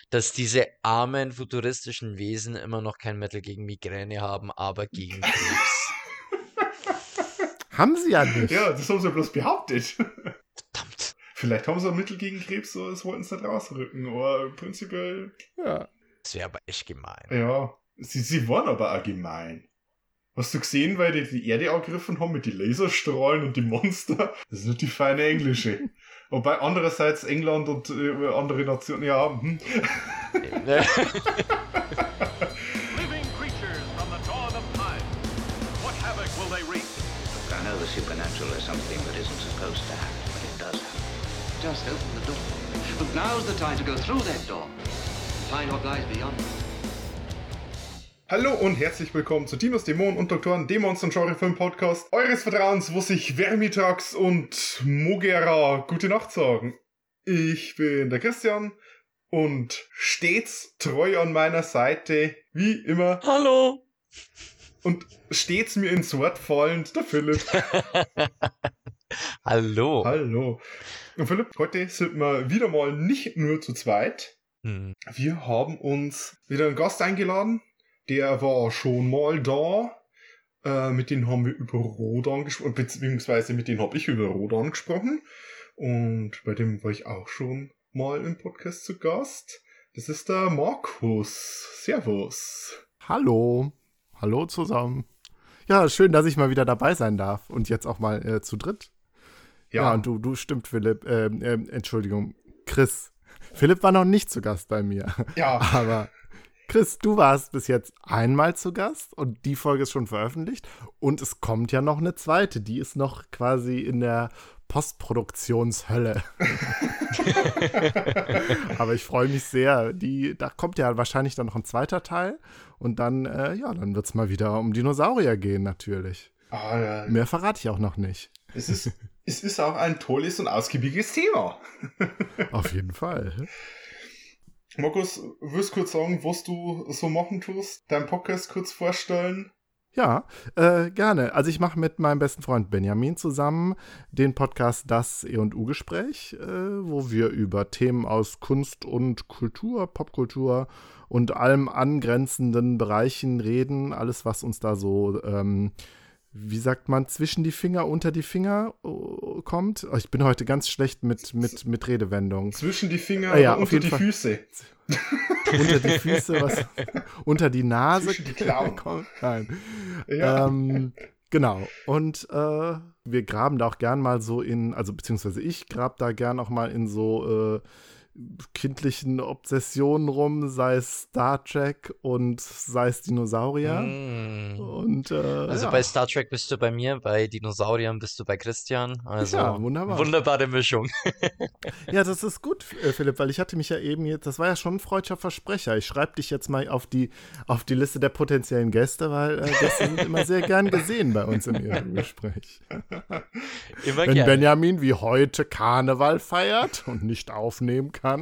dass diese armen futuristischen Wesen immer noch kein Mittel gegen Migräne haben, aber gegen Krebs. Haben sie ja nicht. Ja, das haben sie ja bloß behauptet. Verdammt. Vielleicht haben sie ein Mittel gegen Krebs, so das wollten sie nicht rausrücken, aber prinzipiell... Ja. Das wäre aber echt gemein. Ja, sie waren aber auch gemein. Hast du gesehen, weil die Erde angegriffen haben mit den Laserstrahlen und die Monster? Das ist nur die feine Englische. Wobei andererseits England und andere Nationen, ja. Living creatures from the dawn of time. What havoc will they wreak? I know the supernatural is something that isn't supposed to happen, but it does happen. Just open the door. But now's the time to go through that door and find what lies beyond. Hallo und herzlich willkommen zu Dinos, Dämonen und Doktoren, dem Monster- und Genre-Film-Podcast eures Vertrauens, wo sich Vermitax und Mogera gute Nacht sagen. Ich bin der Christian und stets treu an meiner Seite, wie immer. Hallo! Und stets mir ins Wort fallend, der Philipp. Hallo! Hallo. Und Philipp, heute sind wir wieder mal nicht nur zu zweit. Wir haben uns wieder einen Gast eingeladen. Der war schon mal da. Mit denen haben wir über Rodan gesprochen, beziehungsweise mit denen habe ich über Rodan gesprochen. Und bei dem war ich auch schon mal im Podcast zu Gast. Das ist der Markus. Servus. Hallo. Hallo zusammen. Ja, schön, dass ich mal wieder dabei sein darf. Und jetzt auch mal zu dritt. Ja, und du stimmt, Philipp. Entschuldigung, Chris. Philipp war noch nicht zu Gast bei mir. Ja. Aber Chris, du warst bis jetzt einmal zu Gast und die Folge ist schon veröffentlicht. Und es kommt ja noch eine zweite. Die ist noch quasi in der Postproduktionshölle. Aber ich freue mich sehr. Da kommt ja wahrscheinlich dann noch ein zweiter Teil. Und dann, dann wird es mal wieder um Dinosaurier gehen, natürlich. Ja. Mehr verrate ich auch noch nicht. Es ist auch ein tolles und ausgiebiges Thema. Auf jeden Fall. Markus, willst du kurz sagen, was du so machen tust? Deinen Podcast kurz vorstellen? Ja, gerne. Also ich mache mit meinem besten Freund Benjamin zusammen den Podcast Das E&U-Gespräch, wo wir über Themen aus Kunst und Kultur, Popkultur und allem angrenzenden Bereichen reden. Alles, was uns da so, wie sagt man, zwischen die Finger, unter die Finger kommt. Oh, ich bin heute ganz schlecht mit Redewendungen. Zwischen die Finger und unter die Füße. Unter die Füße, was? Unter die Nase? Zwischen die Klauen. Nein. Ja. Genau. Und wir graben da auch gern mal so beziehungsweise ich grab da gern auch mal in so kindlichen Obsessionen rum, sei es Star Trek und sei es Dinosaurier. Und, bei Star Trek bist du bei mir, bei Dinosauriern bist du bei Christian. Also ja, wunderbar. Wunderbare Mischung. Ja, das ist gut, Philipp, weil ich hatte mich ja eben jetzt, das war ja schon ein freudscher Versprecher. Ich schreibe dich jetzt mal auf die Liste der potenziellen Gäste, weil Gäste sind immer sehr gern gesehen bei uns in ihrem Gespräch. Immer Wenn gerne. Benjamin wie heute Karneval feiert und nicht aufnehmen kann.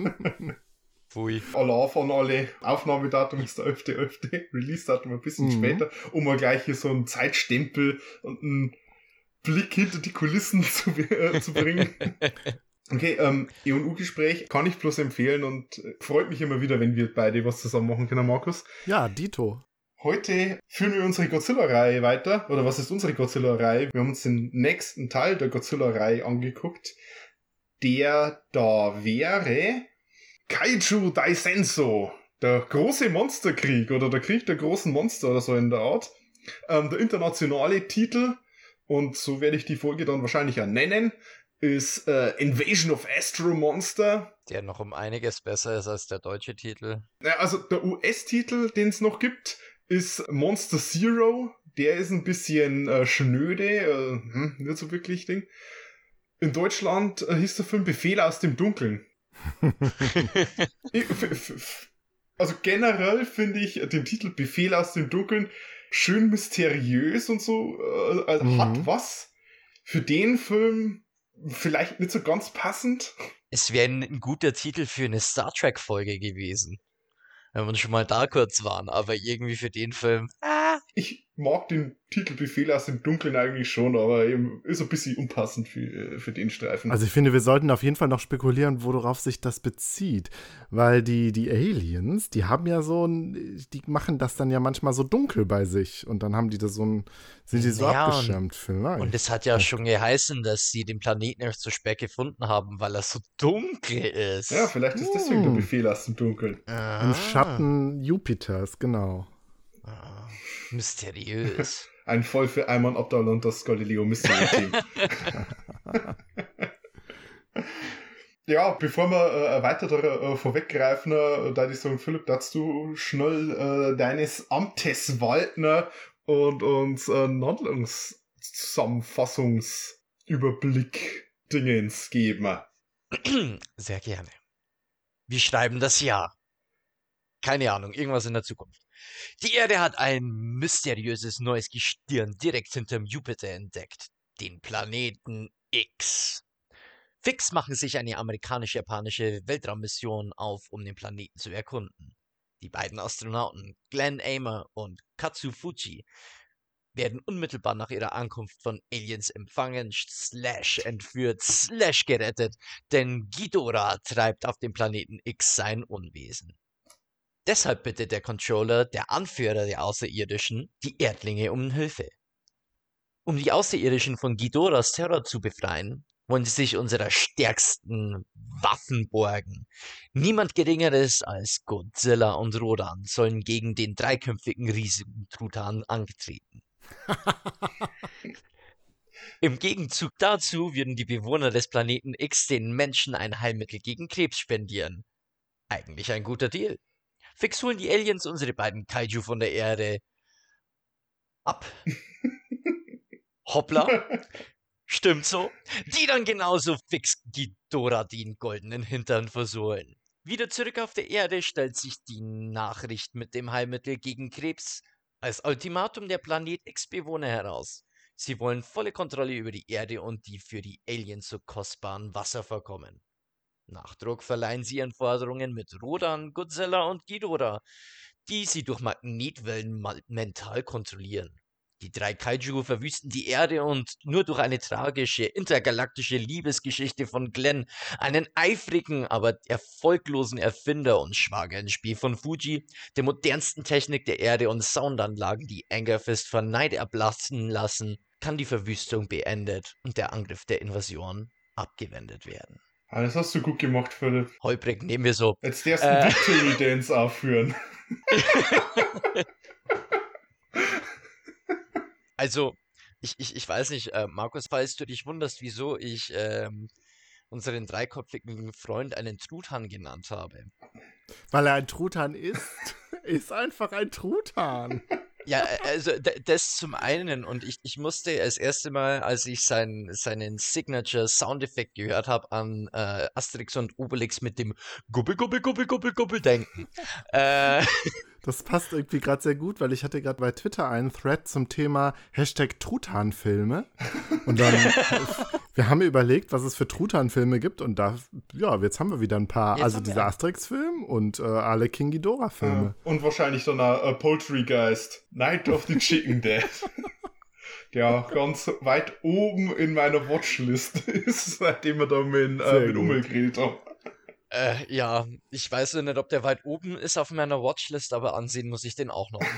Pfui. Alarv an alle. Aufnahmedatum ist der 11.11. Release-Datum ein bisschen später, um mal gleich hier so einen Zeitstempel und einen Blick hinter die Kulissen zu bringen. Okay, E&U-Gespräch kann ich bloß empfehlen und freut mich immer wieder, wenn wir beide was zusammen machen können, Markus. Ja, Dito. Heute führen wir unsere Godzilla-Reihe weiter. Oder was ist unsere Godzilla-Reihe? Wir haben uns den nächsten Teil der Godzilla-Reihe angeguckt. Der da wäre Kaiju Daisenso. Der große Monsterkrieg oder der Krieg der großen Monster oder so in der Art. Der internationale Titel, und so werde ich die Folge dann wahrscheinlich auch nennen, ist Invasion of Astro Monster. Der noch um einiges besser ist als der deutsche Titel. Also der US-Titel, den es noch gibt, ist Monster Zero. Der ist ein bisschen schnöde, nicht so wirklich Ding. In Deutschland hieß der Film Befehl aus dem Dunkeln. Also generell finde ich den Titel Befehl aus dem Dunkeln schön mysteriös und so. Hat was. Für den Film vielleicht nicht so ganz passend. Es wäre ein guter Titel für eine Star Trek-Folge gewesen. Wenn wir schon mal da kurz waren, aber irgendwie für den Film, Ich mag den Titel Befehl aus dem Dunkeln eigentlich schon, aber eben ist ein bisschen unpassend für den Streifen. Also ich finde, wir sollten auf jeden Fall noch spekulieren, worauf sich das bezieht. Weil die Aliens, die haben ja die machen das dann ja manchmal so dunkel bei sich. Und dann haben die da sind die so abgeschirmt vielleicht. Und es hat ja schon geheißen, dass sie den Planeten erst so spät gefunden haben, weil er so dunkel ist. Ja, vielleicht ist deswegen der Befehl aus dem Dunkeln. Im Schatten Jupiters, genau. Mysteriös. Ein Fall für Ayman Abdal und das Galileo Mystery Team. Ja, bevor wir weiter vorweggreifen, da ich sagen, Philipp, darfst du schnell deines Amtes walten und uns einen Handlungszusammenfassungsüberblick Dingens geben. Sehr gerne. Wir schreiben das Jahr. Keine Ahnung, irgendwas in der Zukunft. Die Erde hat ein mysteriöses neues Gestirn direkt hinterm Jupiter entdeckt. Den Planeten X. Fix machen sich eine amerikanisch-japanische Weltraummission auf, um den Planeten zu erkunden. Die beiden Astronauten, Glenn Amer und Katsu Fuji, werden unmittelbar nach ihrer Ankunft von Aliens empfangen, / entführt, / gerettet, denn Ghidorah treibt auf dem Planeten X sein Unwesen. Deshalb bittet der Controller, der Anführer der Außerirdischen, die Erdlinge um Hilfe. Um die Außerirdischen von Ghidorahs Terror zu befreien, wollen sie sich unserer stärksten Waffen borgen. Niemand Geringeres als Godzilla und Rodan sollen gegen den dreiköpfigen Riesentruthahn antreten. Im Gegenzug dazu würden die Bewohner des Planeten X den Menschen ein Heilmittel gegen Krebs spendieren. Eigentlich ein guter Deal. Fix holen die Aliens unsere beiden Kaiju von der Erde ab. Hoppla. Stimmt so. Die dann genauso fix Ghidorah den goldenen Hintern versohlen. Wieder zurück auf der Erde stellt sich die Nachricht mit dem Heilmittel gegen Krebs als Ultimatum der Planet X-Bewohner heraus. Sie wollen volle Kontrolle über die Erde und die für die Aliens so kostbaren Wasservorkommen. Nachdruck verleihen sie ihren Forderungen mit Rodan, Godzilla und Ghidorah, die sie durch Magnetwellen mental kontrollieren. Die drei Kaiju verwüsten die Erde und nur durch eine tragische, intergalaktische Liebesgeschichte von Glenn, einen eifrigen, aber erfolglosen Erfinder und Schwager ins Spiel von Fuji, der modernsten Technik der Erde und Soundanlagen, die Angerfist vor Neid erblassen lassen, kann die Verwüstung beendet und der Angriff der Invasion abgewendet werden. Das hast du gut gemacht, Philipp. Holprig, nehmen wir so. Jetzt darfst du einen Victory Dance aufführen. Also, ich weiß nicht, Markus, falls du dich wunderst, wieso ich unseren dreiköpfigen Freund einen Truthahn genannt habe. Weil er ein Truthahn ist. Ist einfach ein Truthahn. Ja, also das zum einen, und ich musste das erste Mal, als ich seinen Signature-Soundeffekt gehört habe, an Asterix und Obelix mit dem Gubbel, Gubbel, Gubbel, Gubbel, Gubbel denken. Das passt irgendwie gerade sehr gut, weil ich hatte gerade bei Twitter einen Thread zum Thema #Truthahnfilme. Und dann, wir haben überlegt, was es für Truthahnfilme gibt. Und da, ja, jetzt haben wir wieder ein paar. Also dieser Asterix-Film und alle King Ghidorah-Filme. Und wahrscheinlich dann auch Poultrygeist. Night of the Chicken Dead. Der ganz weit oben in meiner Watchlist ist, seitdem wir da mit Ummel geredet haben. Ja, ich weiß ja nicht, ob der weit oben ist auf meiner Watchlist, aber ansehen muss ich den auch noch.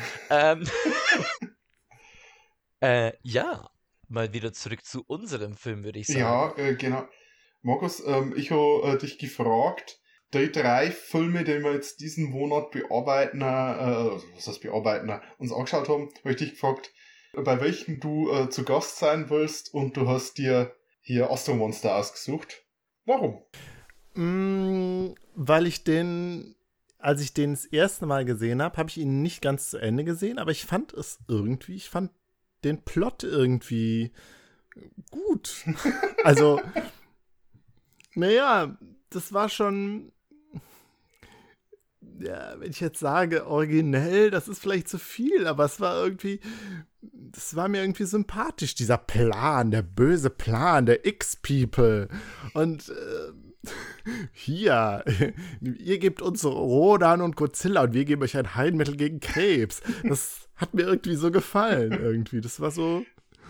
Ja, mal wieder zurück zu unserem Film, würde ich sagen. Ja, genau. Markus, ich habe dich gefragt, die 3 Filme, die wir jetzt diesen Monat bearbeiten, uns angeschaut haben, habe ich dich gefragt, bei welchen du zu Gast sein willst, und du hast dir hier Astro Monster ausgesucht. Warum? Weil ich als ich den das erste Mal gesehen habe, habe ich ihn nicht ganz zu Ende gesehen, aber ich fand den Plot irgendwie gut. Also, naja, das war schon, ja, wenn ich jetzt sage, originell, das ist vielleicht zu viel, aber das war mir irgendwie sympathisch, dieser Plan, der böse Plan der X-People. Und Hier, ihr gebt uns Rodan und Godzilla und wir geben euch ein Heilmittel gegen Krebs. Das hat mir irgendwie so gefallen, irgendwie. Das war so,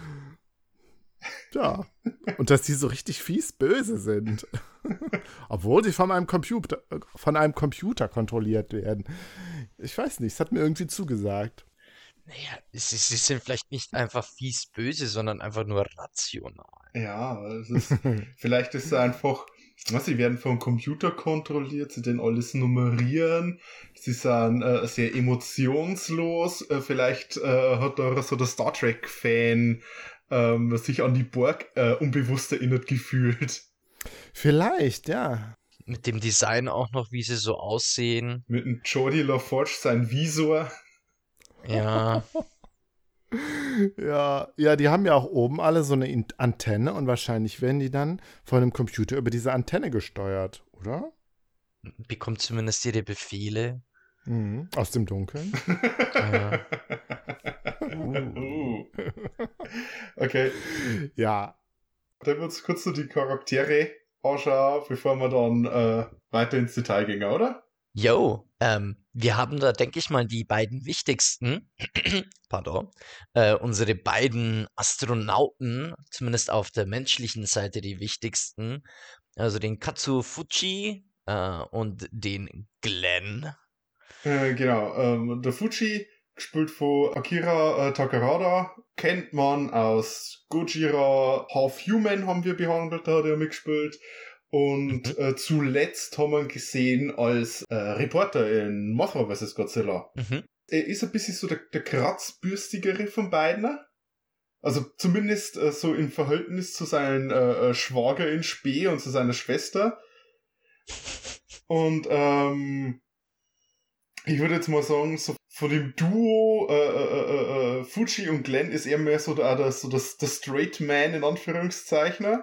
ja. Und dass die so richtig fies böse sind. Obwohl sie von einem Computer kontrolliert werden. Ich weiß nicht, es hat mir irgendwie zugesagt. Naja, sie sind vielleicht nicht einfach fies böse, sondern einfach nur rational. Ja, vielleicht ist es einfach, sie werden vom Computer kontrolliert, sie den alles nummerieren, sie sind sehr emotionslos, vielleicht hat da so der Star Trek-Fan sich an die Borg unbewusst erinnert gefühlt. Vielleicht, ja. Mit dem Design auch noch, wie sie so aussehen. Mit dem Geordi LaForge, sein Visor. Ja. Ja, die haben ja auch oben alle so eine Antenne und wahrscheinlich werden die dann von einem Computer über diese Antenne gesteuert, oder? Bekommt zumindest ihre Befehle. Aus dem Dunkeln. Ja. Okay. Ja. Dann wir uns kurz so die Charaktere anschauen, bevor wir dann weiter ins Detail gehen, oder? Yo, wir haben da, denke ich mal, die beiden wichtigsten, pardon, unsere beiden Astronauten, zumindest auf der menschlichen Seite die wichtigsten, also den Katsufuji und den Glenn. Genau, der Fuji, gespielt von Akira Takarada, kennt man aus Gojira Half Human, haben wir behandelt, da hat er mitgespielt. Und zuletzt haben wir ihn gesehen als Reporter in Mothra vs. Godzilla. Er ist ein bisschen so der kratzbürstigere von beiden. Also zumindest so im Verhältnis zu seinem Schwager in Spee und zu seiner Schwester. Und ich würde jetzt mal sagen, so von dem Duo Fuji und Glenn ist er mehr so der Straight Man in Anführungszeichen.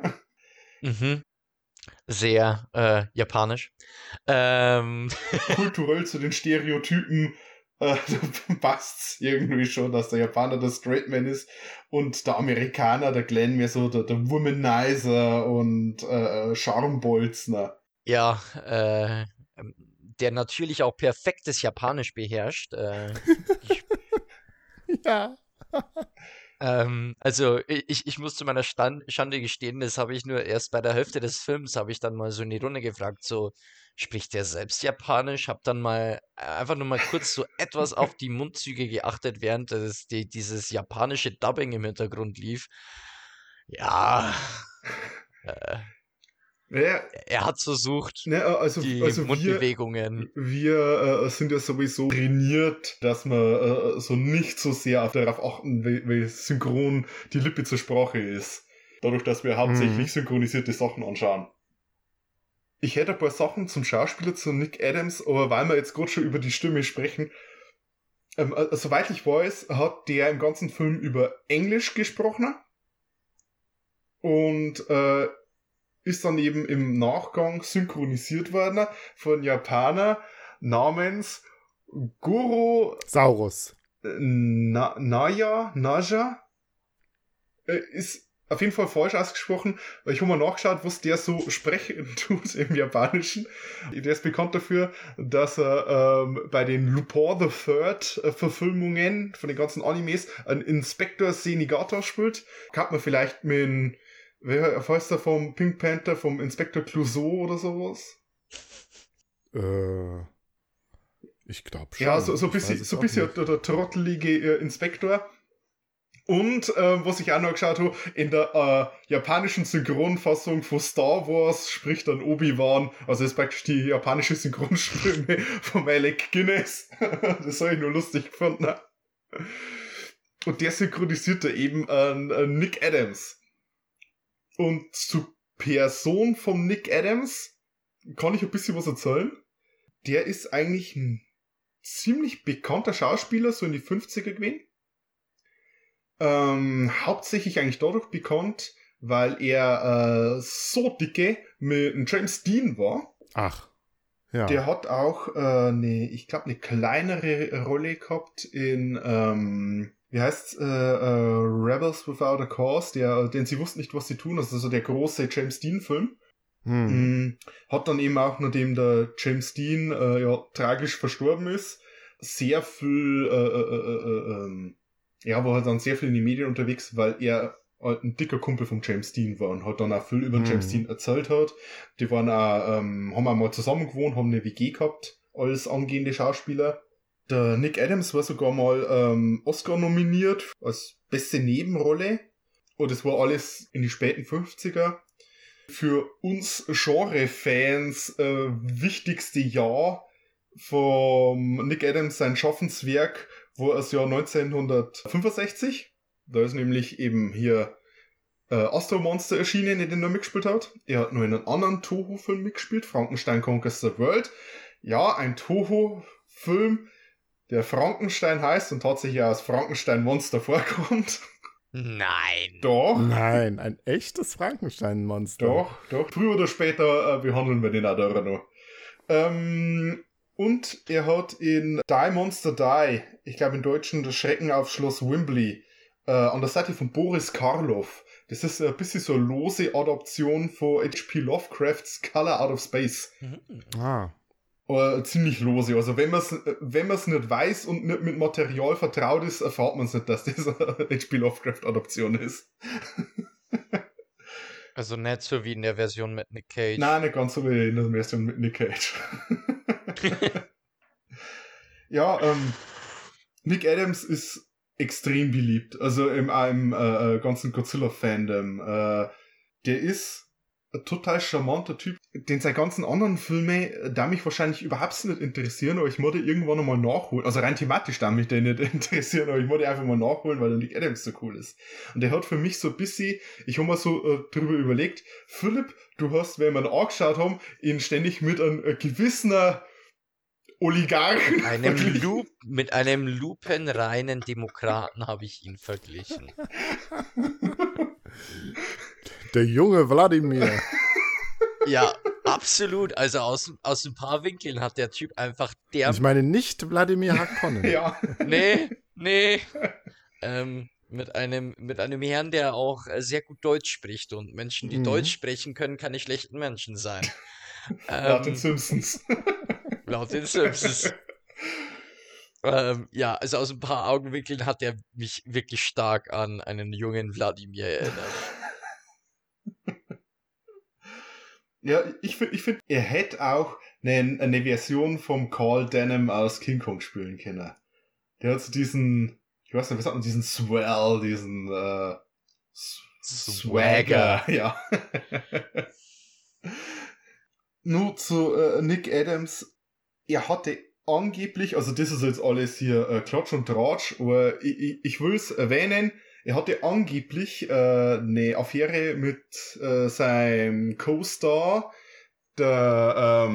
Sehr japanisch. Kulturell zu den Stereotypen passt's irgendwie schon, dass der Japaner der Straight Man ist und der Amerikaner, der Glenn, mehr so der Womanizer und Charmbolzner. Ja, der natürlich auch perfektes Japanisch beherrscht. Ja. Also ich muss zu meiner Schande gestehen, das habe ich nur erst bei der Hälfte des Films, habe ich dann mal so in die Runde gefragt, so, spricht der selbst Japanisch? Hab dann mal einfach nur mal kurz so etwas auf die Mundzüge geachtet, während dieses japanische Dubbing im Hintergrund lief. Ja, er hat versucht, Ne, also Mundbewegungen. Wir sind ja sowieso trainiert, dass wir so nicht so sehr darauf achten, wie synchron die Lippe zur Sprache ist. Dadurch, dass wir hauptsächlich synchronisierte Sachen anschauen. Ich hätte ein paar Sachen zum Schauspieler, zu Nick Adams, aber weil wir jetzt gerade schon über die Stimme sprechen, soweit ich weiß, hat der im ganzen Film über Englisch gesprochen und ist dann eben im Nachgang synchronisiert worden von Japaner namens Goro Saurus. Naja, ist auf jeden Fall falsch ausgesprochen, weil ich habe mal nachgeschaut, was der so sprechen tut im Japanischen. Der ist bekannt dafür, dass er bei den Lupin the Third Verfilmungen von den ganzen Animes einen Inspektor Senigata spielt. Kann man vielleicht mit wer heißt der vom Pink Panther, vom Inspektor Clouseau oder sowas? Ich glaube schon. Ja, so ein bisschen der trottelige Inspektor. Und was ich auch noch geschaut habe, in der japanischen Synchronfassung von Star Wars spricht dann Obi-Wan, also ist praktisch die japanische Synchronstimme von Alec Guinness. Das habe ich nur lustig gefunden. Und der synchronisiert da eben Nick Adams. Und zur Person von Nick Adams kann ich ein bisschen was erzählen. Der ist eigentlich ein ziemlich bekannter Schauspieler, so in die 50er gewesen. Hauptsächlich eigentlich dadurch bekannt, weil er so dicke mit einem James Dean war. Ach, ja. Der hat auch ich glaube, eine kleinere Rolle gehabt in wie heißt's? Rebels Without a Cause, den sie wussten nicht, was sie tun. Also so der große James Dean-Film. Hat dann eben auch, nachdem der James Dean tragisch verstorben ist, sehr viel, war halt dann sehr viel in den Medien unterwegs, weil er ein dicker Kumpel von James Dean war und hat dann auch viel über James Dean erzählt hat. Die waren auch, haben auch mal zusammen gewohnt, haben eine WG gehabt als angehende Schauspieler. Der Nick Adams war sogar mal Oscar nominiert als beste Nebenrolle. Und das war alles in die späten 50er. Für uns Genre-Fans wichtigste Jahr von Nick Adams, sein Schaffenswerk, war das Jahr 1965. Da ist nämlich eben hier Astro Monster erschienen, in dem er mitgespielt hat. Er hat nur in einem anderen Toho-Film mitgespielt, Frankenstein Conquers the World. Ja, ein Toho-Film, der Frankenstein heißt und tatsächlich auch als Frankenstein Monster vorkommt. Nein. Doch. Nein, ein echtes Frankenstein-Monster. Doch. Früher oder später behandeln wir den auch da noch. Und er hat in Die Monster Die, ich glaube im Deutschen das Schrecken auf Schloss Wembley, an der Seite von Boris Karloff. Das ist ein bisschen so eine lose Adaption von H.P. Lovecrafts Color Out of Space. Ah. Ziemlich lose. Also wenn man es nicht weiß und nicht mit Material vertraut ist, erfahrt man es nicht, dass das eine H.P. Lovecraft-Adaption ist. Also nicht so wie in der Version mit Nick Cage. Nein, nicht ganz so wie in der Version mit Nick Cage. Ja, Nick Adams ist extrem beliebt. Also im ganzen Godzilla-Fandom. Der ist ein total charmanter Typ. Den seine ganzen anderen Filme, da mich wahrscheinlich überhaupt nicht interessieren, aber ich muss die irgendwann nochmal nachholen. Also rein thematisch da mich der nicht interessieren, aber ich muss die einfach mal nachholen, weil der Nick Adams so cool ist. Und der hat für mich so ein bisschen, ich habe mir so drüber überlegt, Philipp, du hast, wenn wir ihn angeschaut haben, ihn ständig mit einem gewissen Oligarchen mit einem lupenreinen Demokraten habe ich ihn verglichen. Der junge Wladimir. Ja, absolut. Also aus ein paar Winkeln hat der Typ einfach Ich meine nicht Wladimir Harkonnen. Ja. Nee. Mit einem Herrn, der auch sehr gut Deutsch spricht. Und Menschen, die Deutsch sprechen können, keine schlechten Menschen sein. Laut den Simpsons. Laut den Simpsons. Ja, also aus ein paar Augenwinkeln hat er mich wirklich stark an einen jungen Wladimir erinnert. Ja, ich finde, er hätte auch eine Version vom Carl Denham aus King Kong spielen können. Der hat so diesen, ich weiß nicht, was sagt man, diesen Swell, diesen Swagger, ja. Nur zu Nick Adams, er hatte angeblich, also das ist jetzt alles hier Klatsch und Tratsch, aber ich will es erwähnen, er hatte angeblich eine Affäre mit seinem Co-Star, der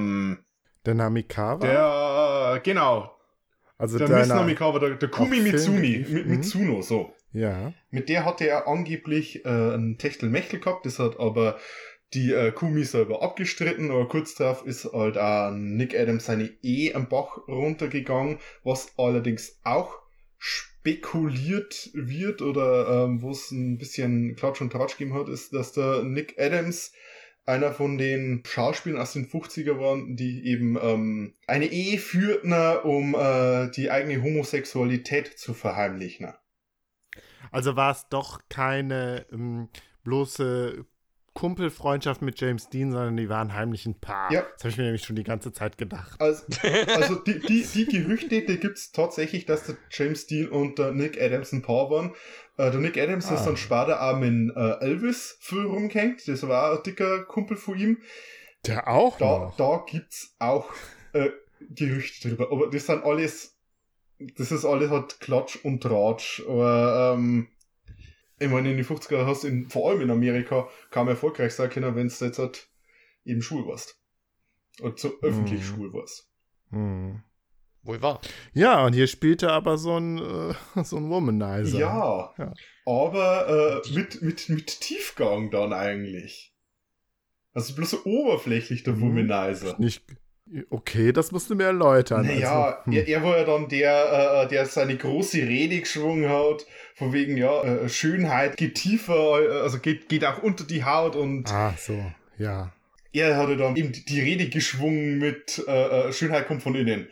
Namikawa? Genau. Also der Miss Namikawa, der Kumi Mitsuno, so. Ja. Mit der hatte er angeblich ein Techtelmechtel gehabt, das hat aber die Kumi selber abgestritten, aber kurz darauf ist halt auch Nick Adams seine Ehe am Bach runtergegangen, was allerdings auch spekuliert wird oder wo es ein bisschen Klatsch und Tratsch gegeben hat, ist, dass der Nick Adams einer von den Schauspielern aus den 50er waren, die eben eine Ehe führten, um die eigene Homosexualität zu verheimlichen. Also war es doch keine bloße Kumpelfreundschaft mit James Dean, sondern die waren heimlich ein Paar. Ja. Das habe ich mir nämlich schon die ganze Zeit gedacht. Also die Gerüchte, die gibt es tatsächlich, dass der James Dean und der Nick Adams ein Paar waren. Der Nick Adams ist dann später auch mit Elvis viel rumgehängt. Das war auch ein dicker Kumpel von ihm. Der auch noch? Da gibt's auch Gerüchte drüber. Aber das ist alles halt Klatsch und Tratsch. Aber ich meine, in den 50er hast du vor allem in Amerika kaum erfolgreich sein können, wenn du jetzt halt eben schwul warst. Und so öffentlich schwul warst. Wohl wahr. Ja, und hier spielte aber so ein Womanizer. Ja. Aber mit Tiefgang dann eigentlich. Also bloß so oberflächlich der Womanizer. Okay, das musst du mir erläutern. Naja, er war ja dann der seine große Rede geschwungen hat, von wegen, Schönheit geht tiefer, also geht auch unter die Haut und ach so, ja. er hatte dann eben die Rede geschwungen mit Schönheit kommt von innen.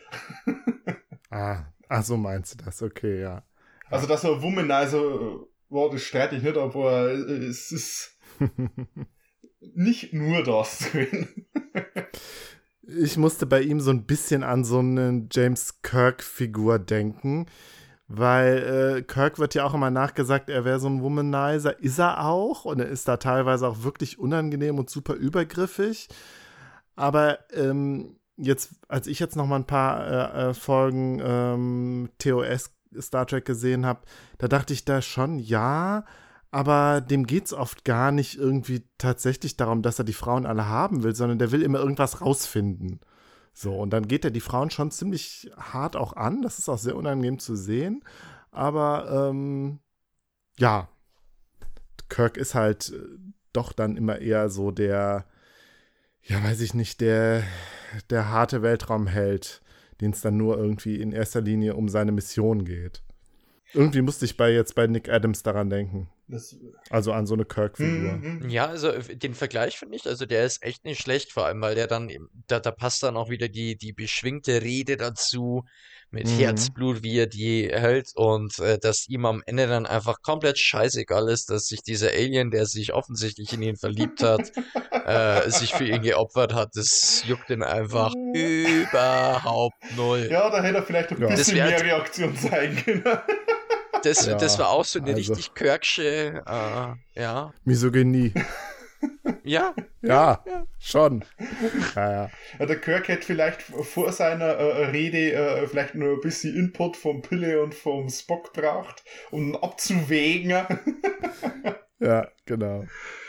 So meinst du das, okay, ja. Also, dass er Womanizer war, das streite ich nicht, aber es ist nicht nur das drin. Ich musste bei ihm so ein bisschen an so eine James Kirk-Figur denken, weil Kirk wird ja auch immer nachgesagt, er wäre so ein Womanizer. Ist er auch und er ist da teilweise auch wirklich unangenehm und super übergriffig. Aber jetzt, als ich jetzt noch mal ein paar Folgen TOS Star Trek gesehen habe, da dachte ich da schon, ja, aber dem geht es oft gar nicht irgendwie tatsächlich darum, dass er die Frauen alle haben will, sondern der will immer irgendwas rausfinden. So, und dann geht er die Frauen schon ziemlich hart auch an. Das ist auch sehr unangenehm zu sehen. Aber ja, Kirk ist halt doch dann immer eher so der, ja, weiß ich nicht, der harte Weltraumheld, den es dann nur irgendwie in erster Linie um seine Mission geht. Irgendwie musste ich bei Nick Adams daran denken. Also an so eine Kirk-Figur. Ja, also den Vergleich finde ich, also der ist echt nicht schlecht, vor allem, weil der dann, da passt dann auch wieder die beschwingte Rede dazu, mit Herzblut, wie er die hält und dass ihm am Ende dann einfach komplett scheißegal ist, dass sich dieser Alien, der sich offensichtlich in ihn verliebt hat, sich für ihn geopfert hat. Das juckt ihn einfach überhaupt null. Ja, da hätte er vielleicht ein bisschen mehr Reaktion zeigen können. Das war auch so eine also richtig Kirksche, ja. Misogynie. Ja. Ja, schon. Ja. Der Kirk hätte vielleicht vor seiner Rede vielleicht nur ein bisschen Input vom Pille und vom Spock braucht, um abzuwägen. Ja, genau.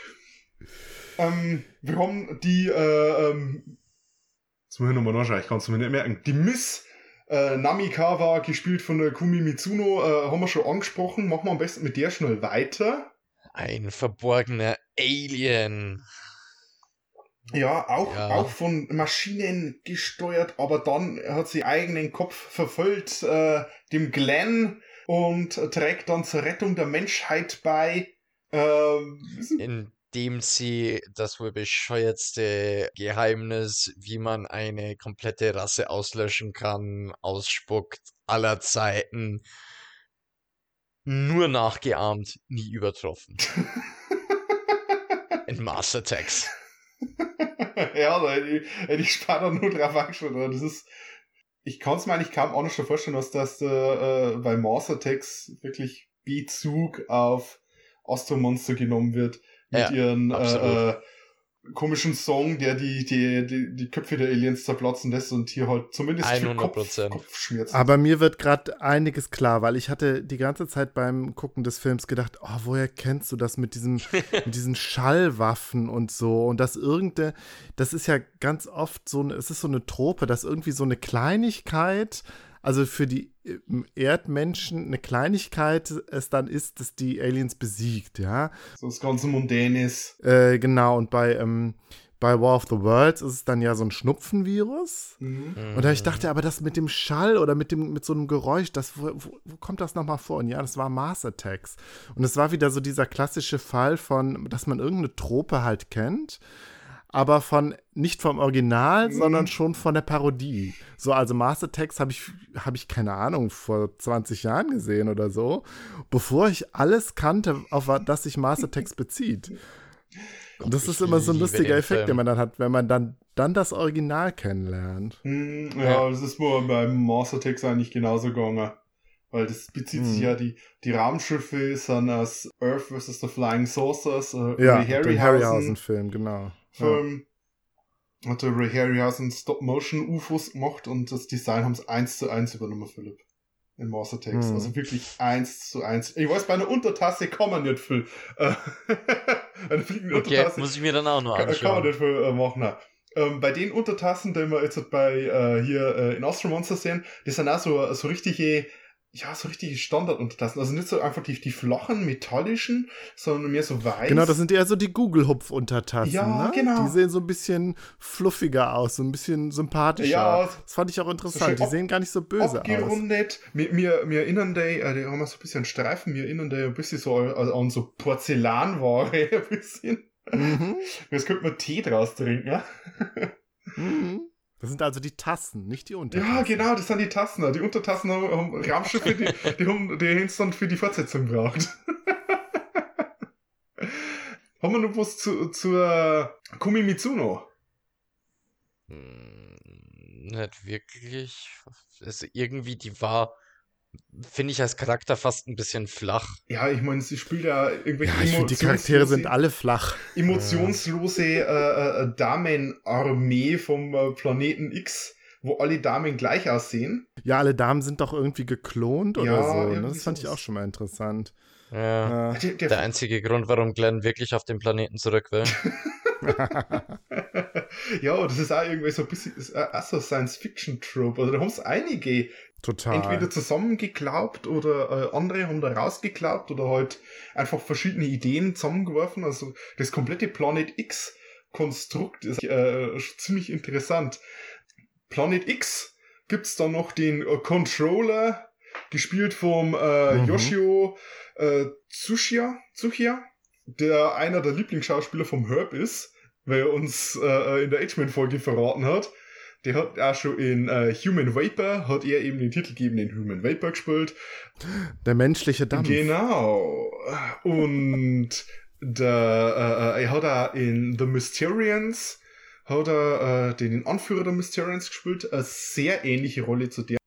Wir haben die, jetzt muss ich nochmal nachschauen, ich kann es mir nicht merken, die Miss Namikawa, gespielt von der Kumi Mitsuno, haben wir schon angesprochen. Machen wir am besten mit der schnell weiter. Ein verborgener Alien. Ja, auch von Maschinen gesteuert, aber dann hat sie eigenen Kopf verfüllt, dem Glenn, und trägt dann zur Rettung der Menschheit bei. Indem sie das wohl bescheuertste Geheimnis, wie man eine komplette Rasse auslöschen kann, ausspuckt, aller Zeiten. Nur nachgeahmt, nie übertroffen. In Mars Attacks. Ja, da hätte ich später nur drauf angeschaut. Das ist, ich kann es mir eigentlich kaum anders vorstellen, dass das bei Mars Attacks wirklich Bezug auf Astro Monster genommen wird. Mit ihren komischen Song, der die Köpfe der Aliens zerplatzen lässt und hier halt zumindest 100%. Kopfschmerzen. Aber mir wird gerade einiges klar, weil ich hatte die ganze Zeit beim Gucken des Films gedacht, oh, woher kennst du das mit diesen Schallwaffen und so, und das ist ja ganz oft so, es ist so eine Trope, dass irgendwie so eine Kleinigkeit, also für die Erdmenschen eine Kleinigkeit es dann ist, dass die Aliens besiegt, ja. So das ganze Mundänes. Genau, und bei War of the Worlds ist es dann ja so ein Schnupfenvirus. Und da ich dachte, aber das mit dem Schall oder mit so einem Geräusch, wo kommt das nochmal vor? Und ja, das war Mars Attacks. Und es war wieder so dieser klassische Fall von, dass man irgendeine Trope halt kennt, aber nicht vom Original, sondern schon von der Parodie. So, also Mars Attacks habe ich, keine Ahnung, vor 20 Jahren gesehen oder so, bevor ich alles kannte, auf das sich Mars Attacks bezieht. Und das ist immer so ein lustiger Effekt, den man dann hat, wenn man dann das Original kennenlernt. Ja, das ist wohl beim Mars Attacks eigentlich genauso gegangen. Weil das bezieht sich ja, die Raumschiffe sind aus Earth vs. the Flying Saucers, den Harryhausen-Film, genau. Hat der Ray Harryhausen Stop-Motion-UFOs gemacht und das Design haben sie 1:1 übernommen, Philipp. In Mars Attacks. Also wirklich 1:1. Ich weiß, bei einer Untertasse kann man nicht viel. Eine fliegende Untertasse. Muss ich mir dann auch noch anschauen. Kann man nicht viel machen. Bei den Untertassen, die wir jetzt hier in Astro Monster sehen, das sind auch so richtige Standarduntertassen. Also nicht so einfach die flachen, metallischen, sondern mehr so weiß. Genau, das sind eher so die Google-Hupf-Untertassen. Ja, ne? Genau. Die sehen so ein bisschen fluffiger aus, so ein bisschen sympathischer. Ja, das fand ich auch interessant. Die sehen gar nicht so böse abgerundet. Aus. Mir erinnern die haben so ein bisschen Streifen, mir erinnern die ein bisschen so an so Porzellanware ein bisschen. Mhm. Jetzt könnte man Tee draus trinken, ja? Mhm. Das sind also die Tassen, nicht die Untertassen. Ja, genau, das sind die Tassen. Die Untertassen haben Raumschiffe, die haben es dann für die Fortsetzung gebraucht. Haben wir noch was zur Kumi Mitsuno? Nicht wirklich. Also irgendwie, die war, finde ich, als Charakter fast ein bisschen flach. Ja, ich meine, sie spielt ja irgendwelche Ja, ich finde, die Charaktere sind alle flach. emotionslose Damenarmee vom Planeten X, wo alle Damen gleich aussehen. Ja, alle Damen sind doch irgendwie geklont oder Ja, so. Ne? irgendwie Das fand ich sowas. auch schon mal interessant. Ja. Ja. Der einzige Grund, warum Glenn wirklich auf den Planeten zurück will. Ja, das ist auch irgendwie so ein bisschen auch so Science-Fiction-Trope. Also da haben es einige Total. entweder zusammengeklaubt oder andere haben da rausgeklaubt oder halt einfach verschiedene Ideen zusammengeworfen. Also das komplette Planet X-Konstrukt ist ziemlich interessant. Planet X gibt's dann noch den Controller, gespielt vom Yoshio Tsuchiya, der einer der Lieblingsschauspieler vom Herb ist, weil er uns in der H-Man-Folge verraten hat. Der hat auch schon in Human Vapor, hat er eben den titelgebenden Human Vapor gespielt. Der menschliche Dampf. Genau. Und er hat auch in The Mysterians, hat er den Anführer der Mysterians gespielt, eine sehr ähnliche Rolle zu der.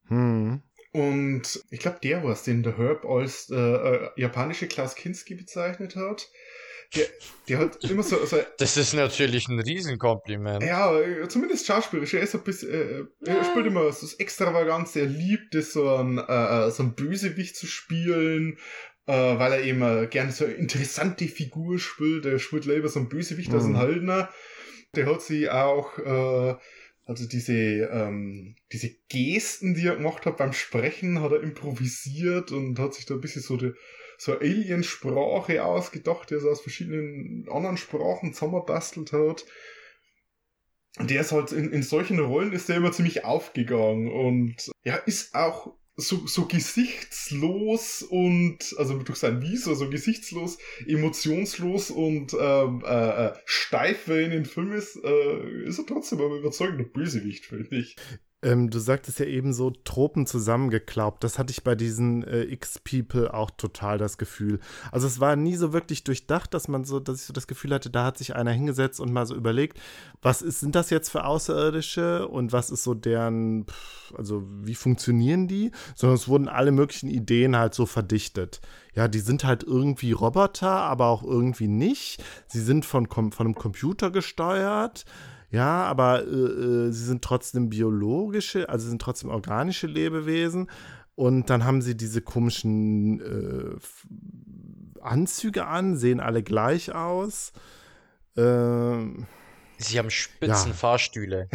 Und ich glaube, der war es, den der Herb als japanische Klaus Kinski bezeichnet hat. Der hat immer so Das ist natürlich ein Riesenkompliment. ja, zumindest schauspielerisch. Er ist so ein bisschen, er spielt immer so das Extravaganz. Er liebt es, so ein Bösewicht zu spielen, weil er eben gerne so eine interessante Figur spielt. Er spielt lieber so ein Bösewicht als ein Haldner. Der hat sie auch, also diese Gesten, die er gemacht hat beim Sprechen, hat er improvisiert und hat sich da ein bisschen so eine Alien-Sprache ausgedacht, die er so aus verschiedenen anderen Sprachen zusammenbastelt hat. Und der ist halt in solchen Rollen ist der immer ziemlich aufgegangen und ja, ist auch so gesichtslos und, also durch sein Visor so gesichtslos, emotionslos und steif, wenn er in den Film ist er trotzdem aber überzeugender Bösewicht, finde ich. Du sagtest ja eben so Tropen zusammengeklaubt. Das hatte ich bei diesen X-People auch total das Gefühl. Also es war nie so wirklich durchdacht, dass ich so das Gefühl hatte, da hat sich einer hingesetzt und mal so überlegt, sind das jetzt für Außerirdische und was ist so deren, also wie funktionieren die? Sondern es wurden alle möglichen Ideen halt so verdichtet. Ja, die sind halt irgendwie Roboter, aber auch irgendwie nicht. Sie sind von einem Computer gesteuert. Ja, aber sie sind trotzdem biologische, also sind trotzdem organische Lebewesen. Und dann haben sie diese komischen Anzüge an, sehen alle gleich aus. Sie haben spitzen Fahrstühle.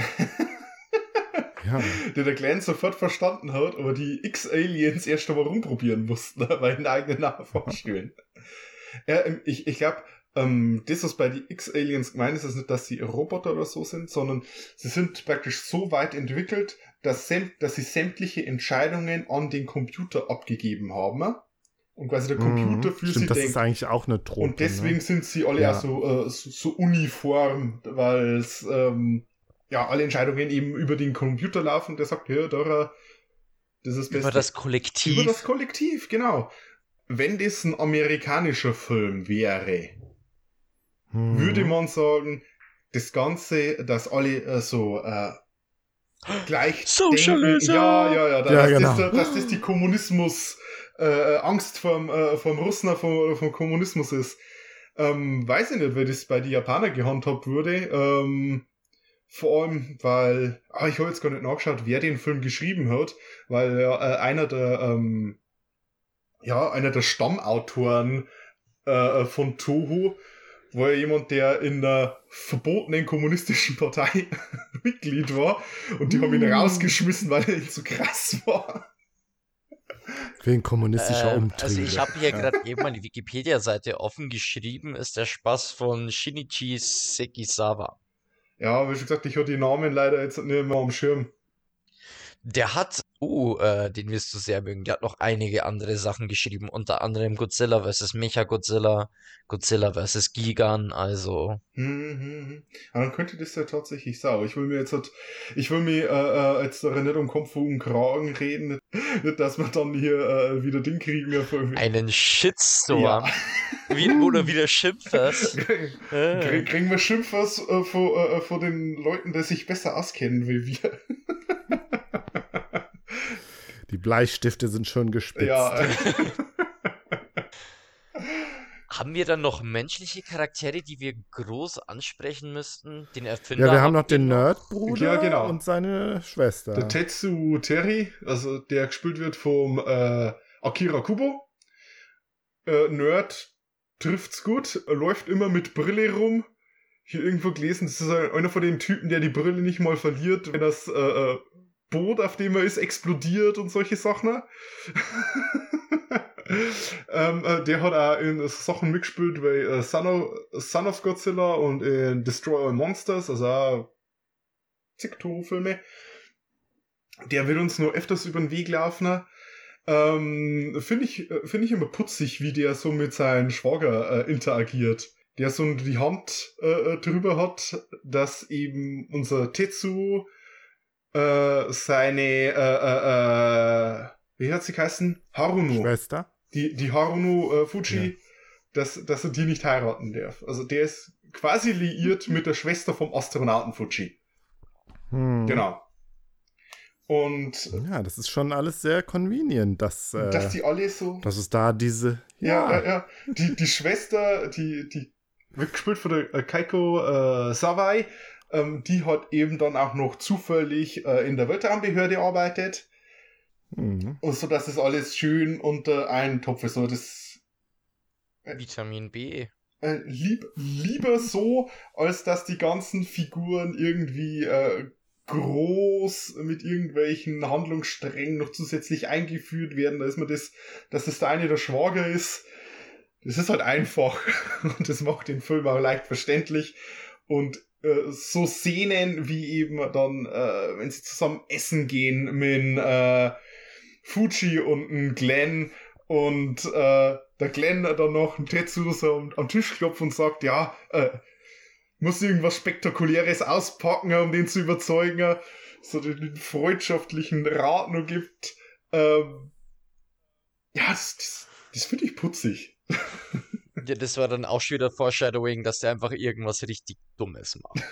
Ja. Der Glenn sofort verstanden hat, aber die X-Aliens erst einmal rumprobieren mussten, bei den eigenen Nachvorstellen. Ich glaube, das, was bei den X-Aliens gemeint ist, ist nicht, dass sie Roboter oder so sind, sondern sie sind praktisch so weit entwickelt, dass sie sämtliche Entscheidungen an den Computer abgegeben haben. Und quasi der Computer für sie das denkt. ist eigentlich auch eine Trope. Und deswegen sind sie alle Ja. auch so uniform, weil es alle Entscheidungen eben über den Computer laufen. Der sagt, ja, das ist das Beste. Über das Kollektiv. Über das Kollektiv, genau. Wenn das ein amerikanischer Film wäre, würde man sagen, das Ganze, dass alle gleich Socialism! denken, dass das die Kommunismus, Angst vom Russen, vom Kommunismus ist. Weiß ich nicht, wie das bei den Japanern gehandhabt wurde. Vor allem, weil, ich habe jetzt gar nicht nachgeschaut, wer den Film geschrieben hat, weil einer der Stammautoren von Toho war ja jemand, der in einer verbotenen kommunistischen Partei Mitglied war und die haben ihn rausgeschmissen, weil er so krass war. Wegen kommunistischer Umtriebe. Also ich habe hier gerade eben mal die Wikipedia-Seite offen geschrieben, ist der Spaß von Shinichi Sekisawa. Ja, wie schon gesagt, ich hatte die Namen leider jetzt nicht mehr am Schirm. Der hat, den wirst du sehr mögen, der hat noch einige andere Sachen geschrieben, unter anderem Godzilla vs. Mechagodzilla, Godzilla vs. Gigan, also Aber dann könnte das ja tatsächlich sein. Aber ich will mir jetzt jetzt nicht um Kopf und Kragen reden, nicht, dass wir dann hier wieder Ding kriegen. einen Shitstorm. Ja. Oder wieder Schimpfers. Kriegen wir Schimpfers von den Leuten, die sich besser auskennen wie wir. Die Bleistifte sind schon gespitzt. Ja. Haben wir dann noch menschliche Charaktere, die wir groß ansprechen müssten? Den Erfinder Ja, wir haben noch wir den Nerdbruder Ja, genau. und seine Schwester. Der Tetsu Terry, also der gespielt wird vom Akira Kubo. Nerd trifft's gut, läuft immer mit Brille rum. Hier irgendwo gelesen, das ist einer von den Typen, der die Brille nicht mal verliert, wenn das Boot, auf dem er ist, explodiert und solche Sachen. Der hat auch in Sachen mitgespielt wie Son of Godzilla und in Destroy All Monsters, also auch zig Filme. Der wird uns nur öfters über den Weg laufen. Finde ich immer putzig, wie der so mit seinem Schwager interagiert. Der so die Hand drüber hat, dass eben unser Tetsu seine wie hat sie geheißen? Haruno. Schwester. Die Haruno Fuji, dass er die nicht heiraten darf. Also der ist quasi liiert mit der Schwester vom Astronauten Fuji. Genau. Und ja, das ist schon alles sehr convenient, dass die alle so... dass es da diese... Ja. Die Schwester, die wird gespielt von der Keiko Sawai, die hat eben dann auch noch zufällig in der Weltraumbehörde arbeitet. Und so, dass das alles schön unter einen Topf ist. So, das Vitamin B. Lieber so, als dass die ganzen Figuren irgendwie groß mit irgendwelchen Handlungssträngen noch zusätzlich eingeführt werden. Da ist man dass das der eine der Schwager ist. Das ist halt einfach. Und das macht den Film auch leicht verständlich. Und so Szenen wie eben dann, wenn sie zusammen essen gehen mit Fuji und Glenn und der Glenn dann noch einen Tetsu so am Tisch klopft und sagt, ja, muss irgendwas Spektakuläres auspacken, um den zu überzeugen, so den freundschaftlichen Rat nur gibt. Ja, das finde ich putzig. Ja, das war dann auch schon wieder Foreshadowing, dass der einfach irgendwas richtig Dummes macht.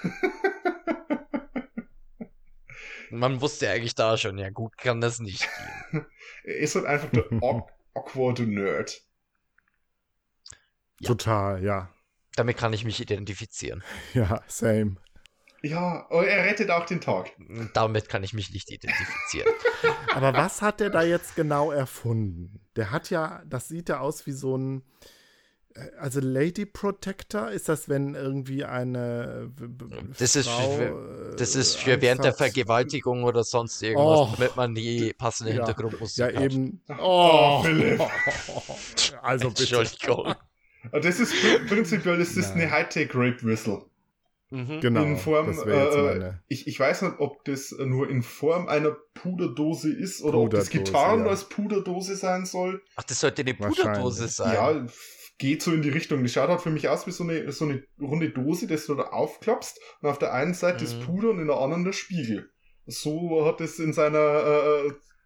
Man wusste eigentlich da schon, ja gut, kann das nicht gehen. Er ist halt einfach der awkward Nerd. Ja. Total, ja. Damit kann ich mich identifizieren. Ja, same. Ja, aber er rettet auch den Tag. Damit kann ich mich nicht identifizieren. Aber was hat der da jetzt genau erfunden? Der hat ja, das sieht ja aus wie so ein, also Lady Protector, ist das, wenn irgendwie eine Das ist für während der Vergewaltigung oder sonst irgendwas, damit man die passende Hintergrundmusik hat. Ja, eben. Philipp. Also bitte. Entschuldigung. Das ist prinzipiell eine Hightech-Rape-Whistle. Genau, In Form, das wäre jetzt meine... ich weiß nicht, ob das nur in Form einer Puderdose ist oder ob das Puderdose, Gitarren ja. als Puderdose sein soll. Ach, das sollte eine Puderdose sein. Ja, geht so in die Richtung. Das schaut halt für mich aus wie so eine runde Dose, das du da aufklappst und auf der einen Seite ist Puder und in der anderen der Spiegel. So hat es in seiner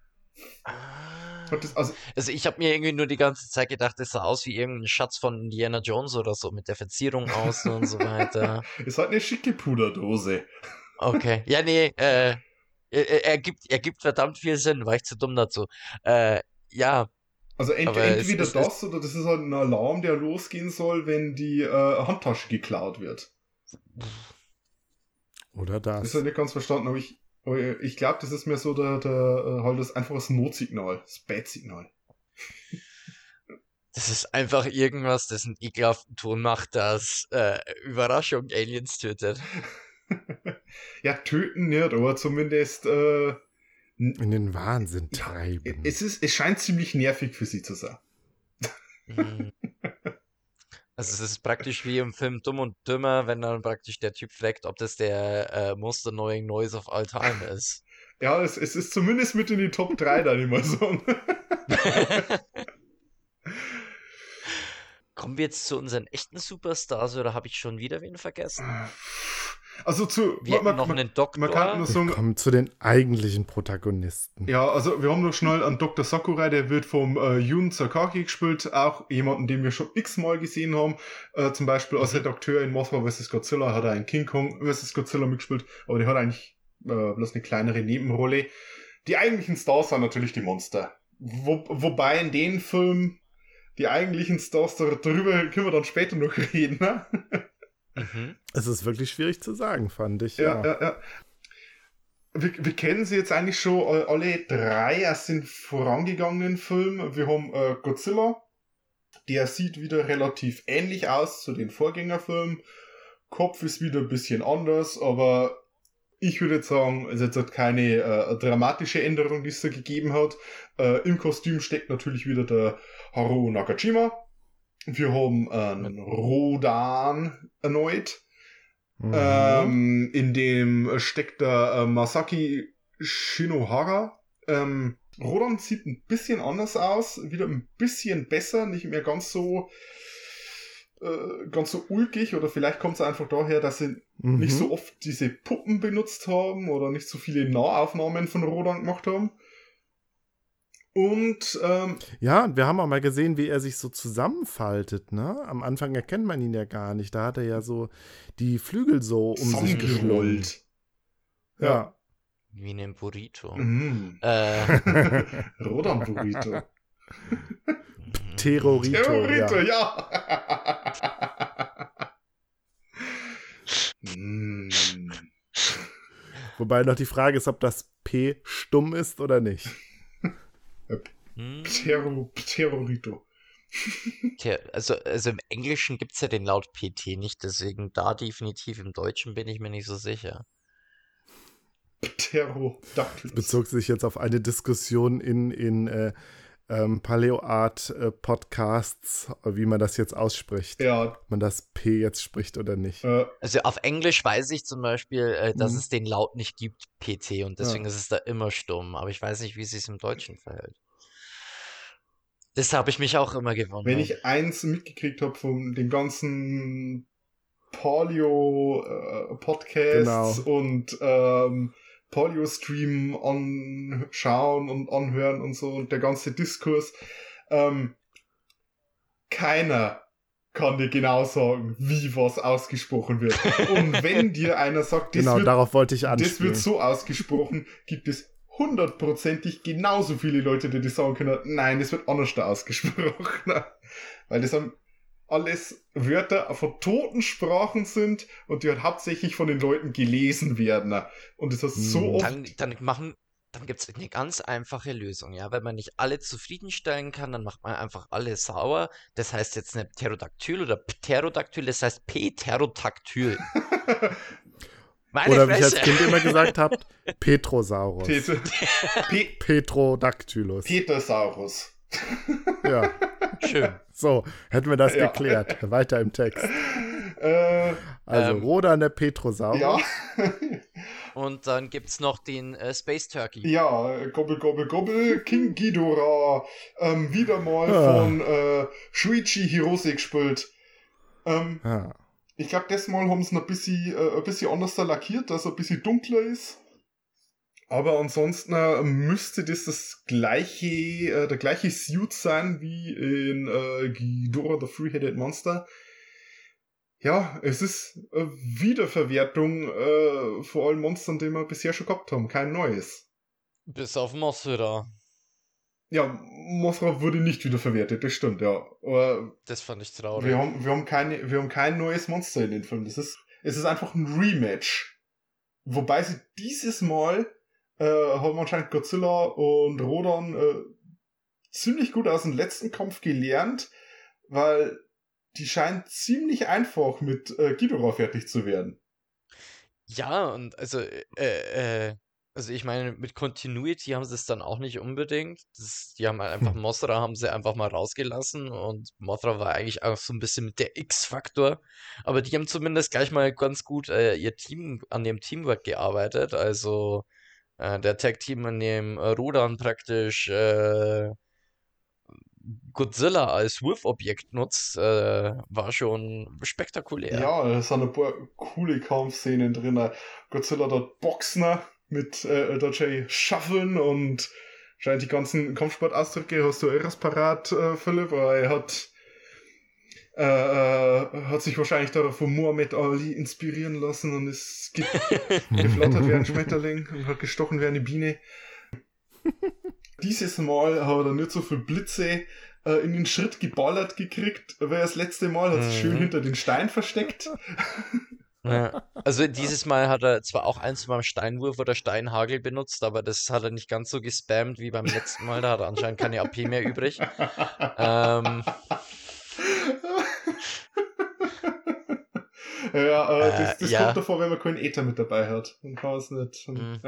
Also ich habe mir irgendwie nur die ganze Zeit gedacht, das sah aus wie irgendein Schatz von Indiana Jones oder so, mit der Verzierung außen und so weiter. ist halt eine schicke Puderdose. Okay. Ja, nee, er gibt verdammt viel Sinn, war ich zu dumm dazu. Ja. Also aber entweder das oder das ist halt ein Alarm, der losgehen soll, wenn die Handtasche geklaut wird. Oder das. Das ist halt nicht ganz verstanden, aber ich glaube, das ist mir so halt das einfach das Notsignal, das Bad-Signal. Das ist einfach irgendwas, das einen ekelhaften Ton macht, das Überraschung Aliens tötet. Ja, töten nicht, aber zumindest in den Wahnsinn treiben. Es scheint ziemlich nervig für sie zu sein. Also es ist praktisch wie im Film Dumm und Dümmer, wenn dann praktisch der Typ fragt, ob das der Most Annoying Noise of All Time ist. Ja, es ist zumindest mit in die Top 3 dann immer so. Kommen wir jetzt zu unseren echten Superstars oder habe ich schon wieder wen vergessen? Also Wir hätten noch einen Doktor. Man kann nur Wir sagen, kommen zu den eigentlichen Protagonisten. ja, also wir haben noch schnell einen Dr. Sakurai, der wird vom Jun Sakaki gespielt, auch jemanden, den wir schon x-mal gesehen haben. Zum Beispiel als Redakteur in Mothra vs. Godzilla hat er in King Kong vs. Godzilla mitgespielt, aber der hat eigentlich bloß eine kleinere Nebenrolle. Die eigentlichen Stars sind natürlich die Monster. Wobei in den Film die eigentlichen Stars, darüber können wir dann später noch reden, ne? Mhm. Es ist wirklich schwierig zu sagen, fand ich. Ja. Wir kennen sie jetzt eigentlich schon alle drei aus den vorangegangenen Filmen. Wir haben Godzilla, der sieht wieder relativ ähnlich aus zu den Vorgängerfilmen. Kopf ist wieder ein bisschen anders, aber ich würde jetzt sagen, es ist jetzt keine dramatische Änderung, die es da gegeben hat. Im Kostüm steckt natürlich wieder der Haruo Nakajima. Wir haben Rodan erneut. In dem steckt der Masaki Shinohara. Rodan sieht ein bisschen anders aus, wieder ein bisschen besser, nicht mehr ganz so ulkig, oder vielleicht kommt es einfach daher, dass sie nicht so oft diese Puppen benutzt haben oder nicht so viele Nahaufnahmen von Rodan gemacht haben. Und Ja, und wir haben auch mal gesehen, wie er sich so zusammenfaltet, ne? Am Anfang erkennt man ihn ja gar nicht. Da hat er ja so die Flügel so um sich geschlungen. zusammengerollt. Ja. Wie ein Burrito. Mhm. Rodan Burrito. Terrorito. Theorito, Ja. ja. Wobei noch die Frage ist, ob das P stumm ist oder nicht. Hm. Terrorito. Tja, also im Englischen gibt es ja den Laut PT nicht, deswegen da definitiv. Im Deutschen bin ich mir nicht so sicher. Pterodactylus. Bezog sich jetzt auf eine Diskussion in Paleo-Art-Podcasts, wie man das jetzt ausspricht. Ja, Ob man das P jetzt spricht oder nicht. Also auf Englisch weiß ich zum Beispiel, dass Mhm. es den Laut nicht gibt, PT, und deswegen ist es da immer stumm. Aber ich weiß nicht, wie es sich im Deutschen verhält. Das habe ich mich auch immer gewundert. wenn ich eins mitgekriegt habe von den ganzen Paleo-Podcasts Genau. und Polio-Stream anschauen und anhören und so und der ganze Diskurs, keiner kann dir genau sagen, wie was ausgesprochen wird. Und wenn dir einer sagt, Genau, darauf wollte ich das anspielen. wird so ausgesprochen, gibt es 100%ig genauso viele Leute, die sagen können, nein, das wird anders da ausgesprochen. Weil das sind alles Wörter von toten Sprachen sind und die halt hauptsächlich von den Leuten gelesen werden. Und das ist so oft... Dann gibt es eine ganz einfache Lösung, ja. Wenn man nicht alle zufriedenstellen kann, dann macht man einfach alle sauer. Das heißt jetzt nicht Pterodactyl oder Pterodactyl, das heißt Pterodactyl. Meine Oder wie ich als Fresse. Kind immer gesagt habe, Petrosaurus. Petrodactylus. Petersaurus. Ja, Schön. so, hätten wir das Ja. geklärt. Weiter im Text. Äh, Also Rodan der Petrosaurus. ja, Und dann gibt es noch den Space Turkey. ja, Gobbel, Gobbel, Gobbel, King Ghidorah, wieder mal von Shuichi Hirose gespielt. Ja. Ich glaube, das Mal haben sie noch ein bisschen anders da lackiert, dass er ein bisschen dunkler ist. Aber ansonsten müsste das gleiche, der gleiche Suit sein wie in Ghidorah the Three-Headed Monster. Ja, es ist Wiederverwertung von allen Monstern, die wir bisher schon gehabt haben. Kein neues. Bis auf Mothra. Ja, Mothra wurde nicht wiederverwertet, das stimmt, ja. Aber Das fand ich traurig. wir haben kein neues Monster in den Film. Es ist einfach ein Rematch. Wobei sie dieses Mal haben anscheinend Godzilla und Rodan ziemlich gut aus dem letzten Kampf gelernt, weil die scheinen ziemlich einfach mit Ghidorah fertig zu werden. Ja, und also ich meine, mit Continuity haben sie es dann auch nicht unbedingt. Die haben halt einfach Mothra haben sie einfach mal rausgelassen und Mothra war eigentlich auch so ein bisschen mit der X-Faktor. Aber die haben zumindest gleich mal ganz gut an dem Teamwork gearbeitet. Also Der Tag-Team, in dem Rodan praktisch Godzilla als Wurfobjekt nutzt, war schon spektakulär. Ja, da sind ein paar coole Kampfszenen drin. Godzilla dort boxen mit dort schon Schaffeln und scheint die ganzen Kampfsportausdrücke hast du eures parat, Philipp, weil er hat sich wahrscheinlich da von Muhammad Ali inspirieren lassen und ist geflattert wie ein Schmetterling und hat gestochen wie eine Biene. Dieses Mal hat er nicht so viel Blitze in den Schritt geballert gekriegt, weil das letzte Mal hat sich schön hinter den Stein versteckt. Ja. Also dieses Mal hat er zwar auch eins beim Steinwurf oder Steinhagel benutzt, aber das hat er nicht ganz so gespammt wie beim letzten Mal. Da hat er anscheinend keine AP mehr übrig. Das ja. kommt davor, wenn man keinen Ether mit dabei hat. Dann kann man es nicht.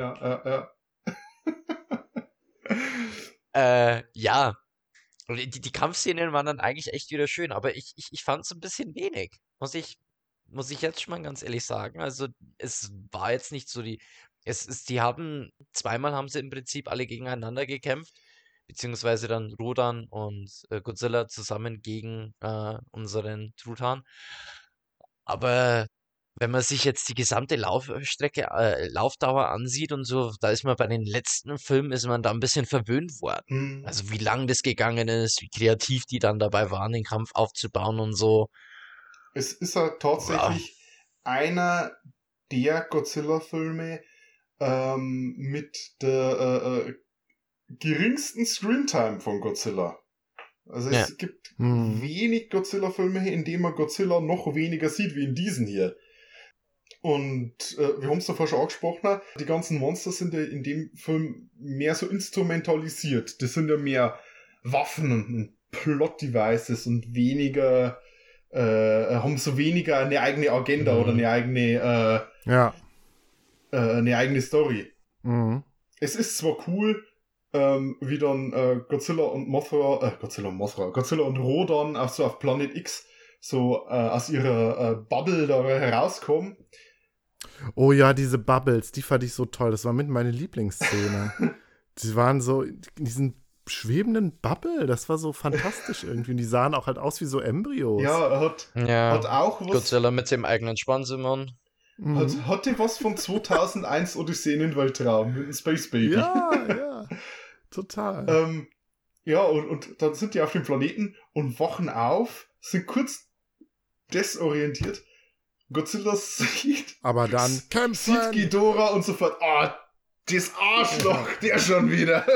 Ja. Und die Kampfszenen waren dann eigentlich echt wieder schön, aber ich fand es ein bisschen wenig. Muss ich jetzt schon mal ganz ehrlich sagen. Also es war jetzt nicht so zweimal haben sie im Prinzip alle gegeneinander gekämpft, beziehungsweise dann Rodan und Godzilla zusammen gegen unseren Truthahn. Aber wenn man sich jetzt die gesamte Laufdauer ansieht und so, da ist man bei den letzten Filmen, ist man da ein bisschen verwöhnt worden. Also wie lang das gegangen ist, wie kreativ die dann dabei waren, den Kampf aufzubauen und so. Es ist ja tatsächlich einer der Godzilla-Filme mit der geringsten Screentime von Godzilla. Also es gibt wenig Godzilla-Filme, in denen man Godzilla noch weniger sieht wie in diesen hier. Und wir haben es davor schon angesprochen, die ganzen Monster sind ja in dem Film mehr so instrumentalisiert. Das sind ja mehr Waffen und Plot-Devices und weniger haben so weniger eine eigene Agenda oder eine eigene Story. Es ist zwar cool, wie dann Godzilla und Rodan auch so auf Planet X so aus ihrer Bubble da herauskommen. Oh ja, diese Bubbles, die fand ich so toll. Das war mit meine Lieblingsszene. Die waren so in diesen schwebenden Bubble. Das war so fantastisch irgendwie. Und die sahen auch halt aus wie so Embryos. Ja, hat auch was. Godzilla mit dem eigenen Schwanz im Mund. Hatte was von 2001 Odyssee in den Weltraum mit dem Space Baby. Ja, total. Und dann sind die auf dem Planeten und wachen auf, sind kurz desorientiert. Godzilla sieht Ghidorah und sofort, das Arschloch, der schon wieder.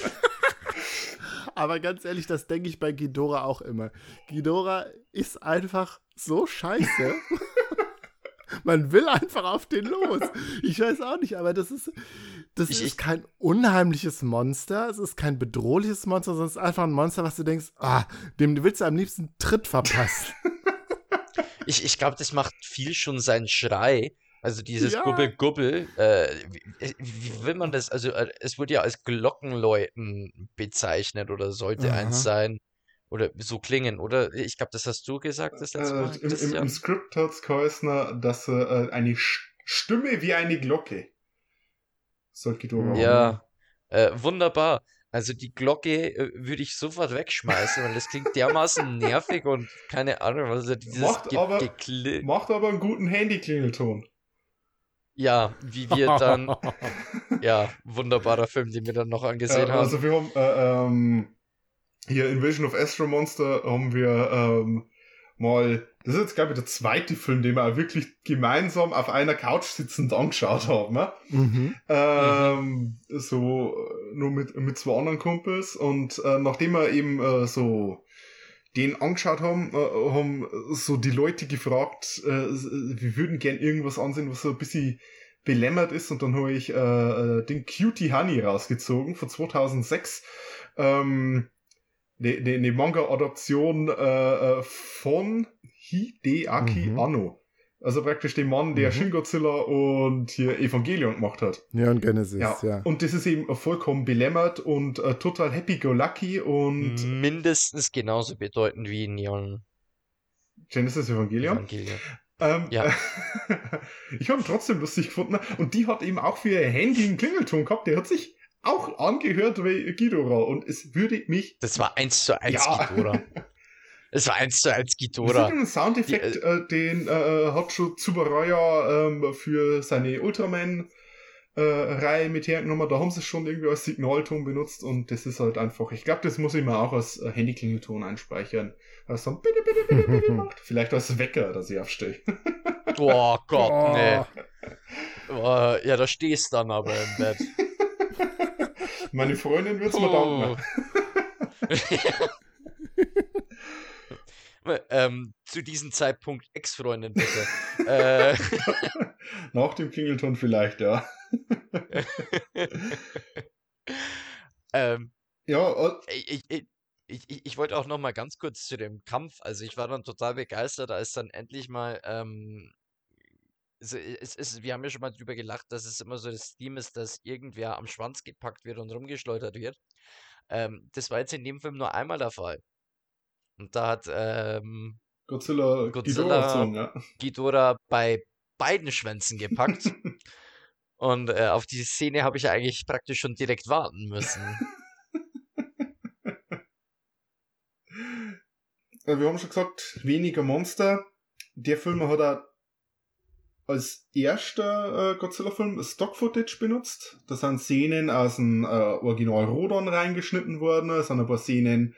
Aber ganz ehrlich, das denke ich bei Ghidorah auch immer. Ghidorah ist einfach so scheiße. Man will einfach auf den los. Ich weiß auch nicht, aber das ist kein unheimliches Monster, es ist kein bedrohliches Monster, sondern es ist einfach ein Monster, was du denkst, dem willst du am liebsten einen Tritt verpassen. Ich glaube, das macht viel schon sein Schrei. Also dieses Gubbel-Gubbel. Wie will man das? Also es wurde ja als Glockenläuten bezeichnet oder sollte eins sein. Oder so klingen, oder? Ich glaube, das hast du gesagt, das letzte Mal. Im Skript hat es geheißen, dass eine Stimme wie eine Glocke soll Ghidorah haben. Ja, wunderbar. Also die Glocke würde ich sofort wegschmeißen, weil das klingt dermaßen nervig und keine Ahnung, was also dieses macht aber einen guten Handyklingelton. Ja, wie wir dann wunderbarer Film, den wir dann noch angesehen haben. Also wir haben hier Invasion of Astro Monster haben wir mal, das ist jetzt glaube ich der zweite Film, den wir auch wirklich gemeinsam auf einer Couch sitzend angeschaut haben. So nur mit zwei anderen Kumpels und nachdem wir eben so den angeschaut haben, haben so die Leute gefragt, wir würden gern irgendwas ansehen, was so ein bisschen belämmert ist, und dann habe ich den Cutie Honey rausgezogen von 2006. Eine Manga-Adaption von Hideaki Anno. Also praktisch den Mann, der Shin Godzilla und hier Evangelion gemacht hat. Ja, und Genesis, ja. Und das ist eben vollkommen belämmert und total happy-go-lucky und mindestens genauso bedeutend wie Neon Genesis Evangelion. Ja. Ich habe ihn trotzdem lustig gefunden. Und die hat eben auch für ihr Handy einen Klingelton gehabt. Der hat sich auch angehört wie Ghidorah. Und es würde mich... Das war 1:1 Ja. Ghidorah. Es war 1:1 Das ist Ghidorah. ein Soundeffekt, den hat schon Tsuburaya für seine Ultraman-Reihe mit hergenommen. Da haben sie es schon irgendwie als Signalton benutzt und das ist halt einfach, ich glaube, das muss ich mir auch als Handy-Klingelton einspeichern. Also so ein bitte, bitte, bitte, bitte macht. Vielleicht als Wecker, dass ich aufstehe. Oh Gott, Oh. nee. Oh, ja, da stehst du dann aber im Bett. Meine Freundin wird es mir danken. Zu diesem Zeitpunkt Ex-Freundin bitte. Nach dem Klingelton vielleicht, ja. Ja, Ich wollte auch noch mal ganz kurz zu dem Kampf. Also ich war dann total begeistert, als dann endlich mal wir haben ja schon mal drüber gelacht, dass es immer so das Theme ist, dass irgendwer am Schwanz gepackt wird und rumgeschleudert wird. Das war jetzt in dem Film nur einmal der Fall. Und da hat Godzilla Ghidorah, ja. Ghidorah bei beiden Schwänzen gepackt. Und auf diese Szene habe ich eigentlich praktisch schon direkt warten müssen. Wir haben schon gesagt, weniger Monster. Der Film hat auch als erster Godzilla-Film Stock-Footage benutzt. Da sind Szenen aus dem Original Rodan reingeschnitten worden. Es sind ein paar Szenen,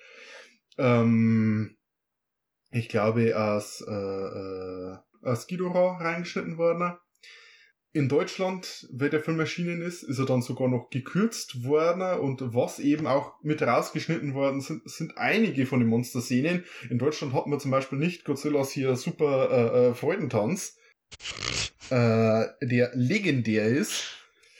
ich glaube, aus Ghidorah reingeschnitten worden. In Deutschland, wenn der Film erschienen ist er dann sogar noch gekürzt worden und was eben auch mit rausgeschnitten worden sind einige von den Monster-Szenen. In Deutschland hatten wir zum Beispiel nicht Godzillas hier super Freudentanz, der legendär ist.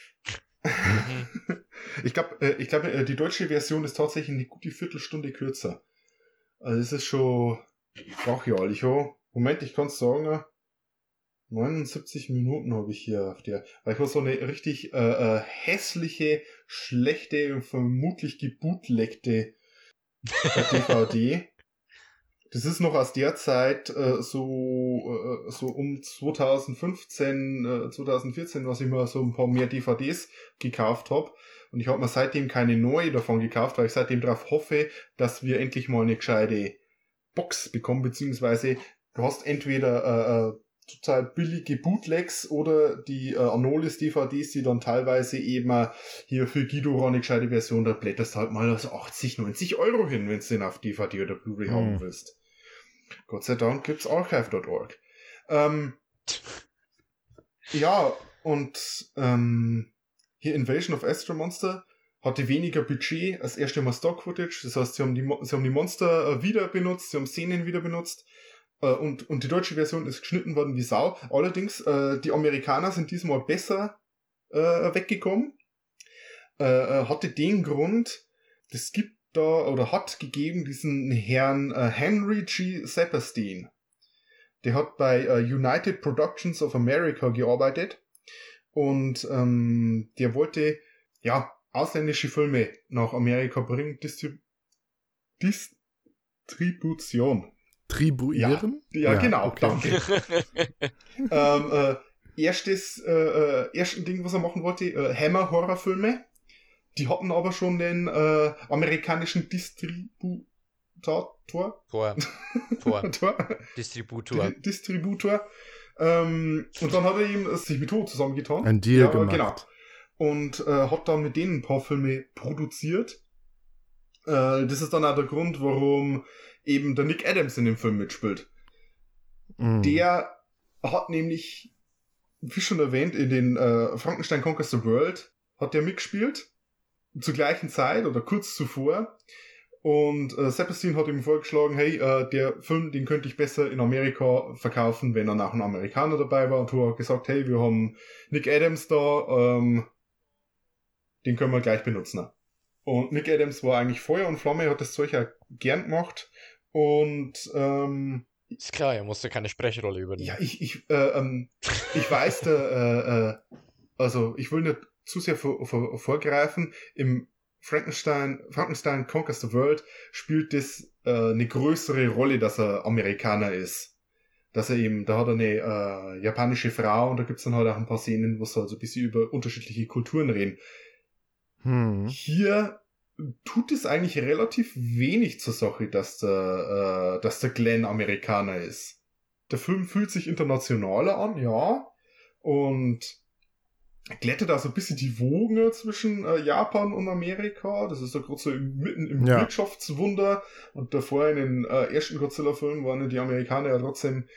Ich glaube, die deutsche Version ist tatsächlich eine gute Viertelstunde kürzer. Also es ist schon brachial. Moment, ich kann es sagen, 79 Minuten habe ich hier auf der, weil ich habe so eine richtig hässliche, schlechte und vermutlich gebootlegte DVD. Das ist noch aus der Zeit so um 2015, 2014, was ich mir so ein paar mehr DVDs gekauft habe. Und ich habe mir seitdem keine neue davon gekauft, weil ich seitdem darauf hoffe, dass wir endlich mal eine gescheite Box bekommen, beziehungsweise du hast entweder total billige Bootlegs oder die Anolis DVDs, die dann teilweise eben hier für Ghidorah eine gescheite Version, da blätterst du halt mal also 80, 90 Euro hin, wenn du den auf DVD oder Blu-ray haben willst. Gott sei Dank gibt's archive.org. Ja, und hier Invasion of Astro Monster hatte weniger Budget als erst einmal Stock-Footage, das heißt, sie haben die Monster wieder benutzt, sie haben Szenen wieder benutzt. Und die deutsche Version ist geschnitten worden wie Sau. Allerdings, die Amerikaner sind diesmal besser weggekommen. Hatte den Grund, es gibt da, oder hat gegeben, diesen Herrn Henry G. Saperstein. Der hat bei United Productions of America gearbeitet. Und der wollte, ja, ausländische Filme nach Amerika bringen. Distribution. Tribuieren? Ja, genau, okay. danke. Ersten Ding, was er machen wollte, Hammer-Horrorfilme. Die hatten aber schon den amerikanischen Distributor. Distributor. Und dann hat er ihm sich mit Toho zusammengetan. Ein Deal gemacht. Genau. Und hat dann mit denen ein paar Filme produziert. Das ist dann auch der Grund, warum eben der Nick Adams in dem Film mitspielt. Der hat nämlich, wie schon erwähnt, in den Frankenstein Conquers the World hat der mitgespielt. Zur gleichen Zeit oder kurz zuvor. Und Saperstein hat ihm vorgeschlagen, hey, der Film, den könnte ich besser in Amerika verkaufen, wenn er nach einem Amerikaner dabei war. Und er hat gesagt, hey, wir haben Nick Adams da, den können wir gleich benutzen. Und Nick Adams war eigentlich Feuer und Flamme, hat das Zeug auch gern gemacht. Und ist klar, er musste keine Sprechrolle übernehmen. ja, ich weiß, also ich will nicht zu sehr vorgreifen. Im Frankenstein Conquers the World spielt das eine größere Rolle, dass er Amerikaner ist. dass er eben, da hat er eine japanische Frau und da gibt's dann halt auch ein paar Szenen, wo sie halt so ein bisschen über unterschiedliche Kulturen reden. Hier tut es eigentlich relativ wenig zur Sache, dass der Glenn Amerikaner ist. Der Film fühlt sich internationaler an, ja, und glättet da so ein bisschen die Wogen zwischen Japan und Amerika. Das ist so gerade so mitten im Wirtschaftswunder. Und davor in den ersten Godzilla-Filmen waren ja die Amerikaner ja trotzdem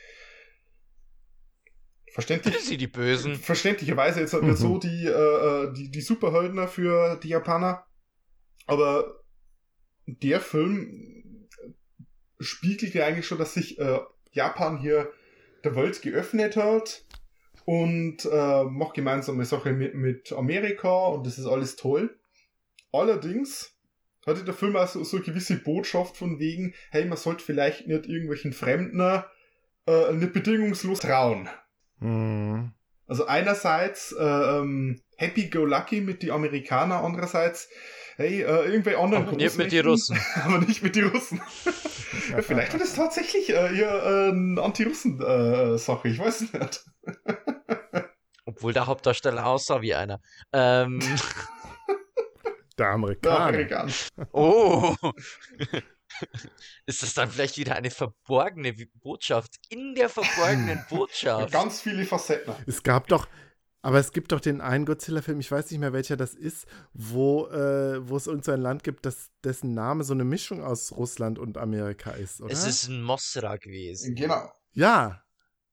Sie die Bösen. verständlicherweise jetzt halt nicht so die Superhelden für die Japaner. Aber der Film spiegelt ja eigentlich schon, dass sich Japan hier der Welt geöffnet hat und macht gemeinsame Sache mit Amerika und das ist alles toll. Allerdings hatte der Film auch so eine gewisse Botschaft von wegen, hey, man sollte vielleicht nicht irgendwelchen Fremden nicht bedingungslos trauen. Also einerseits happy-go-lucky mit die Amerikaner, andererseits hey, irgendwelche anderen aber nicht mit die Russen. Aber nicht mit die Russen. Ja, vielleicht wird es tatsächlich hier eine Anti-Russen-Sache, ich weiß nicht. Obwohl der Hauptdarsteller aussah wie einer. Der Amerikaner. Oh. Ist das dann vielleicht wieder eine verborgene Botschaft in der verborgenen Botschaft? Ganz viele Facetten. Es gibt doch den einen Godzilla-Film, ich weiß nicht mehr, welcher das ist, wo es irgend so ein Land gibt, dessen Name so eine Mischung aus Russland und Amerika ist, oder? Es ist ein Mossra gewesen. Genau. Ja.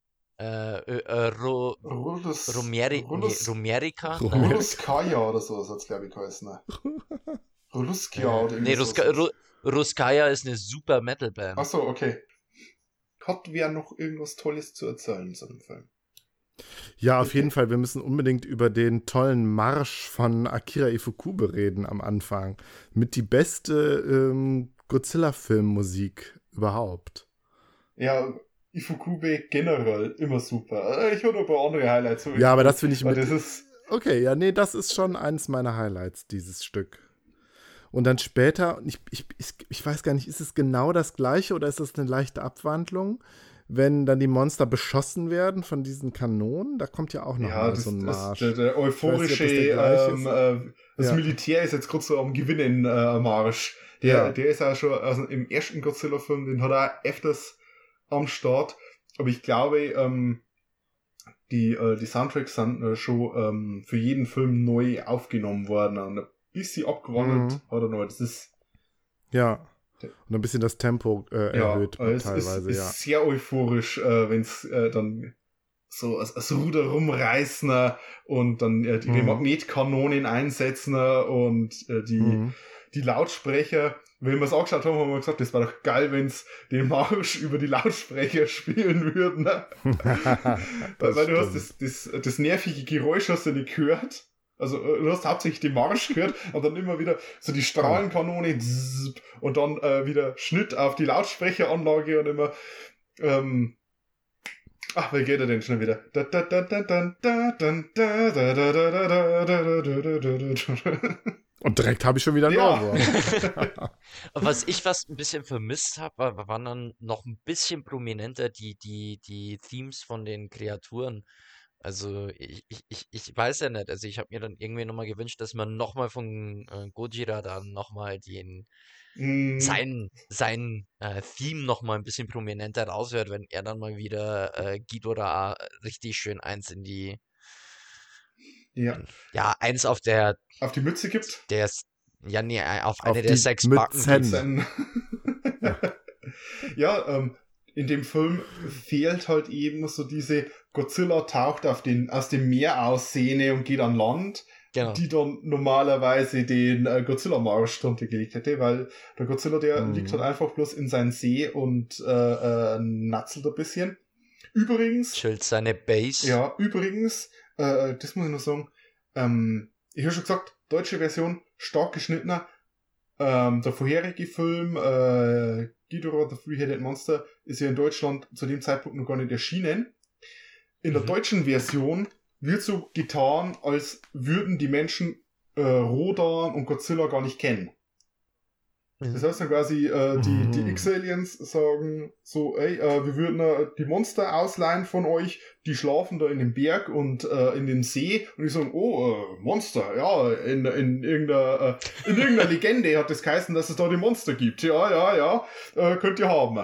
Romerica? Ruskaya oder so, das hat's glaube ich geheißen. Ne? Ruskia oder irgendwas. Nee, Ruskaya ist eine super Metal-Band. Achso, okay. Hat wer noch irgendwas Tolles zu erzählen zu dem Film? Ja, auf jeden Fall. Wir müssen unbedingt über den tollen Marsch von Akira Ifukube reden am Anfang. Mit die beste Godzilla-Filmmusik überhaupt. Ja, Ifukube generell immer super. Ich habe ein paar andere Highlights. Ja, aber das finde ich das ist okay, ja, nee, das ist schon eines meiner Highlights, dieses Stück. Und dann später, ich weiß gar nicht, ist es genau das Gleiche oder ist das eine leichte Abwandlung? Wenn dann die Monster beschossen werden von diesen Kanonen, da kommt ja auch noch mal so ein Marsch. Der euphorische, das Militär ist jetzt kurz so am Gewinnen Marsch. Der ist ja schon, also im ersten Godzilla-Film, den hat er öfters am Start. Aber ich glaube, die Soundtracks sind schon für jeden Film neu aufgenommen worden und ein bisschen abgewandelt hat er noch. Das ist ja. Und ein bisschen das Tempo erhöht teilweise, es ist sehr euphorisch, wenn es dann so das Ruder rumreißen und dann die Magnetkanonen einsetzen und die Lautsprecher. Wenn wir es angeschaut haben, haben wir gesagt, das war doch geil, wenn es den Marsch über die Lautsprecher spielen würden. Ne? Weil du hast das nervige Geräusch hast du nicht gehört. Also du hast hauptsächlich den Marsch gehört und dann immer wieder so die Strahlenkanone und dann wieder Schnitt auf die Lautsprecheranlage und immer wie geht er denn schon wieder? Und direkt habe ich schon wieder einen Ohrwurm. Was ich fast ein bisschen vermisst habe, waren dann noch ein bisschen prominenter die Themes von den Kreaturen. Also ich weiß ja nicht, also ich habe mir dann irgendwie nochmal gewünscht, dass man nochmal von Gojira dann nochmal sein Theme nochmal ein bisschen prominenter raushört, wenn er dann mal wieder Ghidorah richtig schön eins in die eins auf die Mütze gibt. Auf eine der 6 Backen. Ja, in dem Film fehlt halt eben so diese Godzilla taucht aus dem Meer aus Szene und geht an Land, die dann normalerweise den Godzilla-Marsch drunter gelegt hätte, weil der Godzilla, der liegt halt einfach bloß in seinen See und natzelt ein bisschen. Übrigens... Chillt seine Base. Ja, übrigens, das muss ich noch sagen, ich habe schon gesagt, deutsche Version, stark geschnittener. Der vorherige Film, Ghidorah, The Three-Headed Monster, ist ja in Deutschland zu dem Zeitpunkt noch gar nicht erschienen. In der deutschen Version wird so getan, als würden die Menschen Rodan und Godzilla gar nicht kennen. Das heißt dann quasi, die X-Aliens sagen so, ey, wir würden die Monster ausleihen von euch, die schlafen da in dem Berg und in dem See und die sagen, Monster, ja, in irgendeiner Legende hat es geheißen, dass es da die Monster gibt. Ja, könnt ihr haben.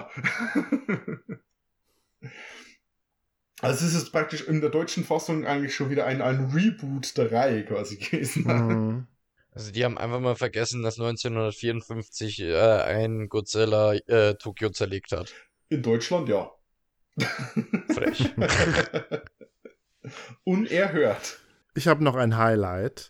Also es ist praktisch in der deutschen Fassung eigentlich schon wieder ein Reboot der Reihe quasi gewesen. Also die haben einfach mal vergessen, dass 1954 ein Godzilla Tokio zerlegt hat. In Deutschland, ja. Frech. Unerhört. Ich habe noch ein Highlight,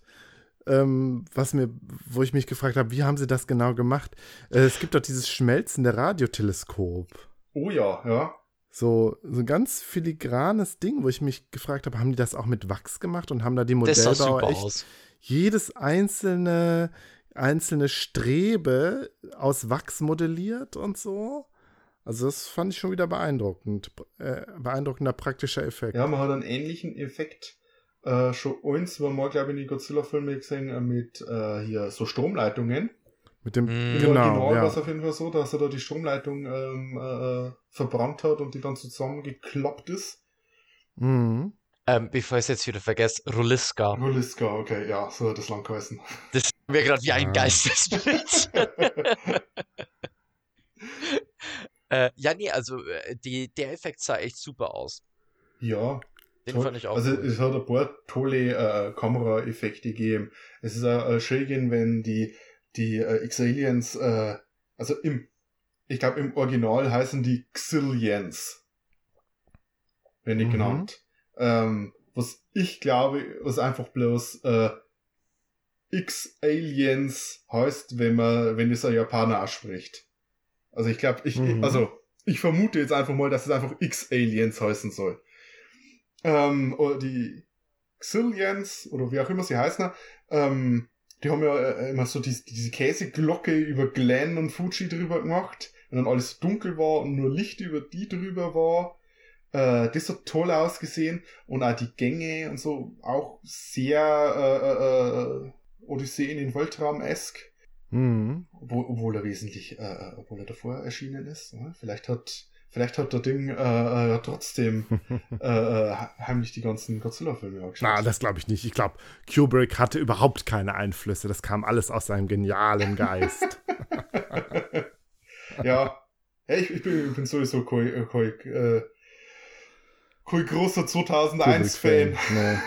wo ich mich gefragt habe, wie haben sie das genau gemacht? Es gibt doch dieses schmelzende Radioteleskop. Oh ja. So ein ganz filigranes Ding, wo ich mich gefragt habe, haben die das auch mit Wachs gemacht und haben da die Das sah Modellbauer super echt aus. jedes einzelne Strebe aus Wachs modelliert und so? Also das fand ich schon wieder beeindruckend. Beeindruckender praktischer Effekt. Ja, man hat einen ähnlichen Effekt schon eins, war mal, glaube ich, in die Godzilla-Filme gesehen, mit hier so Stromleitungen. Mit dem, Im genau, Original war ja. es auf jeden Fall so, dass er da die Stromleitung verbrannt hat und die dann zusammengeklappt ist. Mhm. Bevor ich es jetzt wieder vergesse, Roliska. Roliska, okay, ja, so hat das lang geheißen. Das ist mir gerade wie ein Ah. Geistesblitz. Ja, nee, also der Effekt sah echt super aus. Ja, Den toll. fand ich auch Also cool. es hat ein paar tolle Kameraeffekte gegeben. Es ist auch schön gewesen, wenn die X-Aliens, ich glaube im Original heißen die Xiliens. Wenn nicht genannt. Was ich glaube, was einfach bloß X-Aliens heißt, wenn es ein Japaner ausspricht. Also ich glaube, ich vermute jetzt einfach mal, dass es einfach X-Aliens heißen soll. Oder die Xiliens, oder wie auch immer sie heißen, die haben ja immer so diese Käseglocke über Glen und Fuji drüber gemacht, wenn dann alles dunkel war und nur Licht über die drüber war. Das hat toll ausgesehen und auch die Gänge und so auch sehr Odyssee in den Weltraum-esk. Mhm. Obwohl er davor erschienen ist. Ne? Vielleicht hat der Ding trotzdem heimlich die ganzen Godzilla-Filme angeschaut. Na, das glaube ich nicht. Ich glaube, Kubrick hatte überhaupt keine Einflüsse. Das kam alles aus seinem genialen Geist. Ja, ich bin sowieso kein großer 2001-Fan. Nee.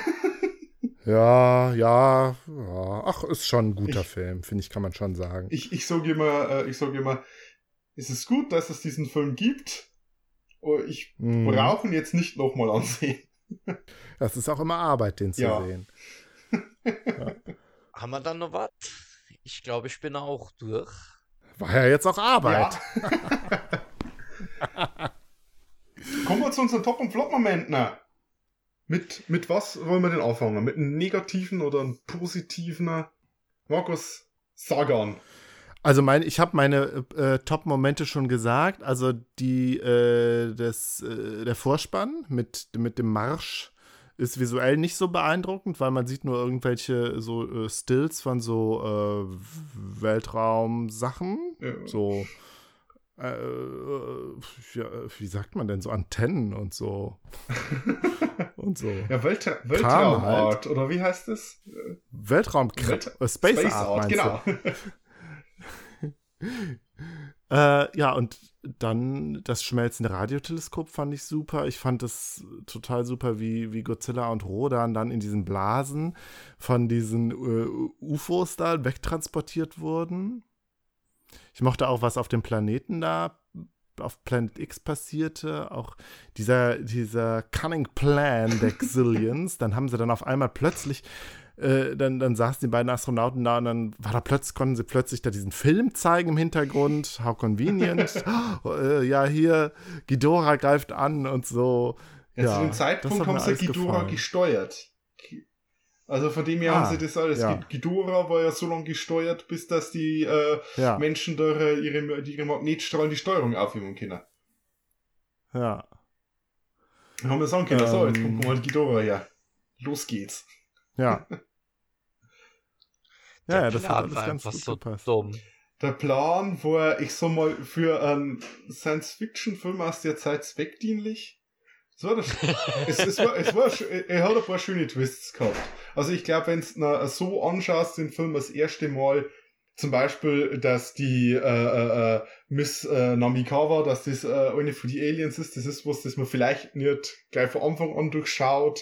Ja. Ach, ist schon ein guter Film, finde ich, kann man schon sagen. Ich sage immer, es ist gut, dass es diesen Film gibt. Aber ich brauche ihn jetzt nicht nochmal ansehen. Das ist auch immer Arbeit, den zu sehen. Ja. Haben wir dann noch was? Ich glaube, ich bin auch durch. War ja jetzt auch Arbeit. Ja. Kommen wir zu unseren Top- und Flop-Momenten. Mit was wollen wir denn anfangen? Mit einem negativen oder einem positiven? Markus, sag an. Also ich habe meine Top-Momente schon gesagt. Also der Vorspann mit dem Marsch ist visuell nicht so beeindruckend, weil man sieht nur irgendwelche so Stills von so Weltraumsachen. Ja. So wie sagt man denn, so Antennen und so. Und so. Ja, Weltraumart, oder wie heißt es? Space Art, genau. Ja, und dann das schmelzende Radioteleskop fand ich super. Ich fand es total super, wie Godzilla und Rodan dann in diesen Blasen von diesen UFOs da wegtransportiert wurden. Ich mochte auch, was auf dem Planeten da, auf Planet X passierte, auch dieser Cunning Plan der Xiliens. Dann haben sie dann auf einmal plötzlich, dann saßen die beiden Astronauten da und dann konnten sie plötzlich da diesen Film zeigen im Hintergrund. How convenient. Ja, hier, Ghidorah greift an und so. Ja, zu dem Zeitpunkt haben sie Ghidorah gesteuert. Also von dem her haben sie das alles. Ja. Ghidorah war ja so lange gesteuert, bis dass die Menschen da ihre Magnetstrahlen die Steuerung aufnehmen können. Ja. Dann haben wir sagen können, so, jetzt kommt mal Ghidorah her. Los geht's. Ja. Ja, das hat Plan alles war ganz einfach gut so gepasst. dumm. der Plan war, ich sag mal, für einen Science-Fiction-Film aus der Zeit zweckdienlich. Er hat ein paar schöne Twists gehabt. Also ich glaube, wenn du so anschaust, den Film das erste Mal, zum Beispiel, dass die Miss Namikawa, dass das eine von die Aliens ist, das ist was, das man vielleicht nicht gleich von Anfang an durchschaut,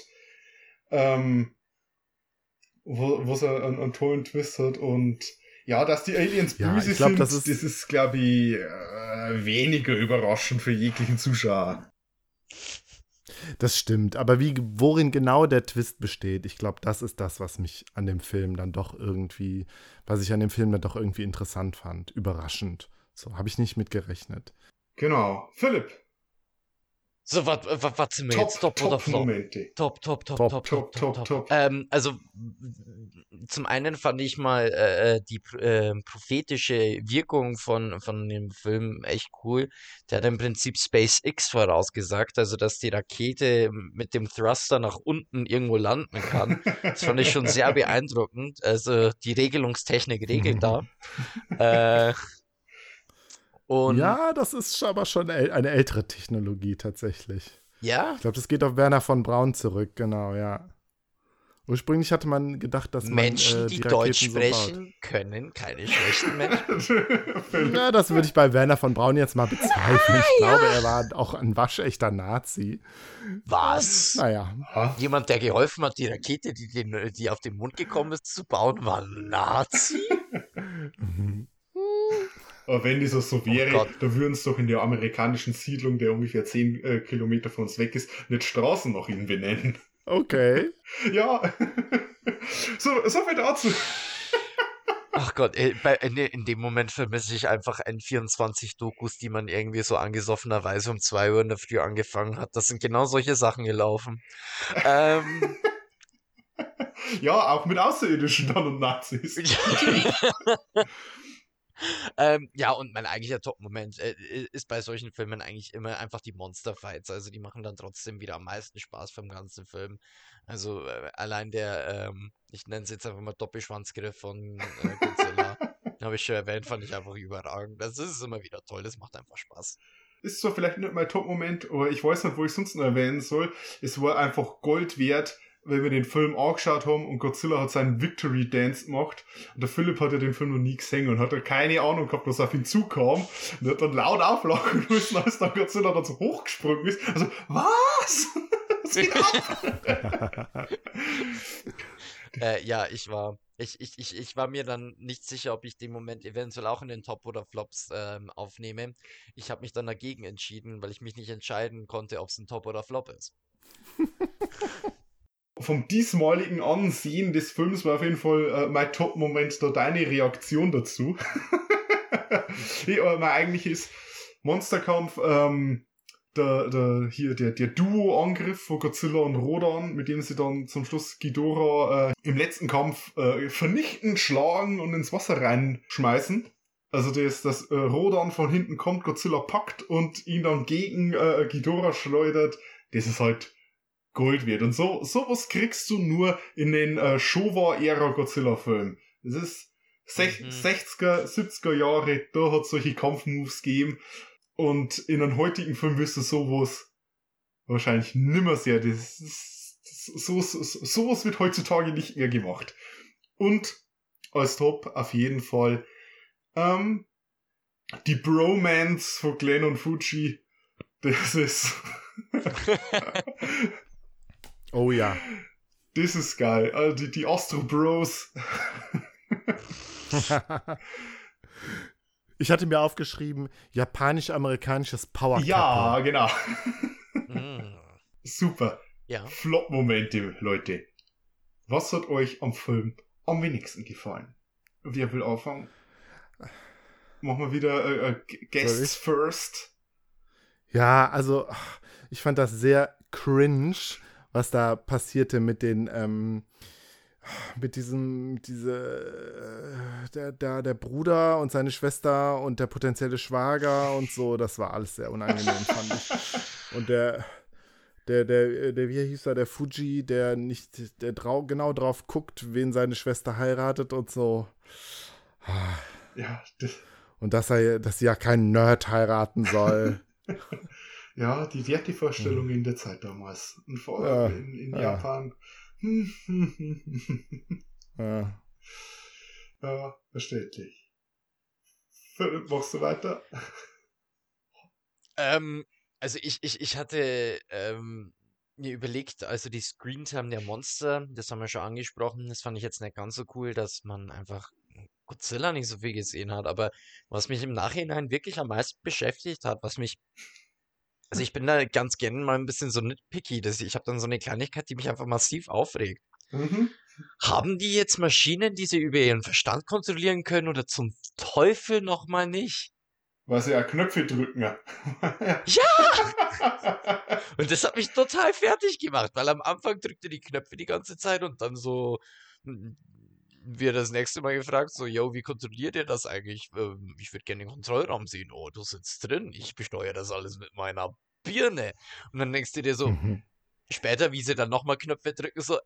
wo es einen tollen Twist hat. Und ja, dass die Aliens böse sind, das ist glaube ich, weniger überraschend für jeglichen Zuschauer. Das stimmt, aber worin genau der Twist besteht, ich glaube, das ist das, was ich an dem Film dann doch irgendwie interessant fand, überraschend. So, habe ich nicht mit gerechnet. Genau. Philipp. So, was sind wir jetzt? Top oder Flop? Momente. Top. Also, zum einen fand ich mal die prophetische Wirkung von dem Film echt cool. Der hat im Prinzip SpaceX vorausgesagt, also dass die Rakete mit dem Thruster nach unten irgendwo landen kann. Das fand ich schon sehr beeindruckend. Also, die Regelungstechnik regelt da. Und ja, das ist aber schon eine ältere Technologie tatsächlich. ja? Ich glaube, das geht auf Werner von Braun zurück, genau, ja. Ursprünglich hatte man gedacht, dass Menschen, die die Deutsch Raketen so sprechen, können keine schlechten Menschen. Ja, das würde ich bei Werner von Braun jetzt mal bezweifeln. Ich glaube, er war auch ein waschechter Nazi. Was? Naja. Jemand, der geholfen hat, die Rakete, die auf den Mond gekommen ist, zu bauen, war ein Nazi? Aber wenn das so wäre, Gott. da würden es doch in der amerikanischen Siedlung, der ungefähr 10 Kilometer von uns weg ist, nicht Straßen nach ihnen benennen. Okay. Ja. So viel dazu. Ach Gott, in dem Moment vermisse ich einfach N24-Dokus, die man irgendwie so angesoffenerweise um 2 Uhr in der Früh angefangen hat. Das sind genau solche Sachen gelaufen. Ja, auch mit Außerirdischen dann und Nazis. Ja, und mein eigentlicher Top-Moment ist bei solchen Filmen eigentlich immer einfach die Monster-Fights. Also die machen dann trotzdem wieder am meisten Spaß vom ganzen Film. Also allein der, ich nenne es jetzt einfach mal Doppelschwanzgriff von Godzilla, habe ich schon erwähnt, fand ich einfach überragend. Das ist immer wieder toll, das macht einfach Spaß. Ist zwar vielleicht nicht mein Top-Moment, aber ich weiß nicht, wo ich sonst noch erwähnen soll. Es war einfach Gold wert, weil wir den Film angeschaut haben und Godzilla hat seinen Victory Dance gemacht. Und der Philipp hat ja den Film noch nie gesehen und hat ja keine Ahnung gehabt, was auf ihn zukam. Und hat dann laut auflachen müssen, als dann Godzilla dann so hochgesprungen ist. Also, was? Was geht ab? Ja, ich war mir dann nicht sicher, ob ich den Moment eventuell auch in den Top oder Flops aufnehme. Ich habe mich dann dagegen entschieden, weil ich mich nicht entscheiden konnte, ob es ein Top oder Flop ist. Vom diesmaligen Ansehen des Films war auf jeden Fall mein Top-Moment da deine Reaktion dazu. Nee, aber mein eigentliches Monsterkampf, der Duo-Angriff von Godzilla und Rodan, mit dem sie dann zum Schluss Ghidorah im letzten Kampf vernichtend schlagen und ins Wasser reinschmeißen. Also dass Rodan von hinten kommt, Godzilla packt und ihn dann gegen Ghidorah schleudert, das ist halt Gold wert. Und sowas kriegst du nur in den Showa-Ära Godzilla-Filmen. Das ist 60er, 70er Jahre, da hat es solche Kampfmoves gegeben. Und in einem heutigen Film wirst du sowas wahrscheinlich nimmer sehr. Sowas wird heutzutage nicht mehr gemacht. Und als Top auf jeden Fall die Bromance von Glenn und Fuji. Das ist Oh ja. das ist geil. Also die Astro Bros. Ich hatte mir aufgeschrieben, japanisch-amerikanisches Power Couple. Ja, genau. Mm. Super. Ja. Flop-Momente, Leute. Was hat euch am Film am wenigsten gefallen? Wer will anfangen? Machen wir wieder Guests first. Ja, also ich fand das sehr cringe, was da passierte mit den der Bruder und seine Schwester und der potenzielle Schwager und so, das war alles sehr unangenehm, fand ich. Und der wie hieß er, der Fuji, der genau drauf guckt, wen seine Schwester heiratet und so. Ja, Und dass sie ja keinen Nerd heiraten soll. ja, die Wertevorstellungen der Zeit damals. Und vor allem in Japan. Ja. Ja, verständlich. Machst du weiter? Also ich hatte mir überlegt, also die Screentime der Monster, das haben wir schon angesprochen, das fand ich jetzt nicht ganz so cool, dass man einfach Godzilla nicht so viel gesehen hat, aber was mich im Nachhinein wirklich am meisten beschäftigt hat, also ich bin da ganz gerne mal ein bisschen so nitpicky, ich habe dann so eine Kleinigkeit, die mich einfach massiv aufregt. Mhm. Haben die jetzt Maschinen, die sie über ihren Verstand kontrollieren können oder zum Teufel nochmal nicht? Weil sie ja Knöpfe drücken. Ja! Und das hat mich total fertig gemacht, weil am Anfang drückte die Knöpfe die ganze Zeit und dann so wird das nächste Mal gefragt, so, yo, wie kontrolliert ihr das eigentlich? Ich würde gerne den Kontrollraum sehen. Oh, du sitzt drin. Ich besteuere das alles mit meiner Birne. Und dann denkst du dir so, später, wie sie dann nochmal Knöpfe drücken, so,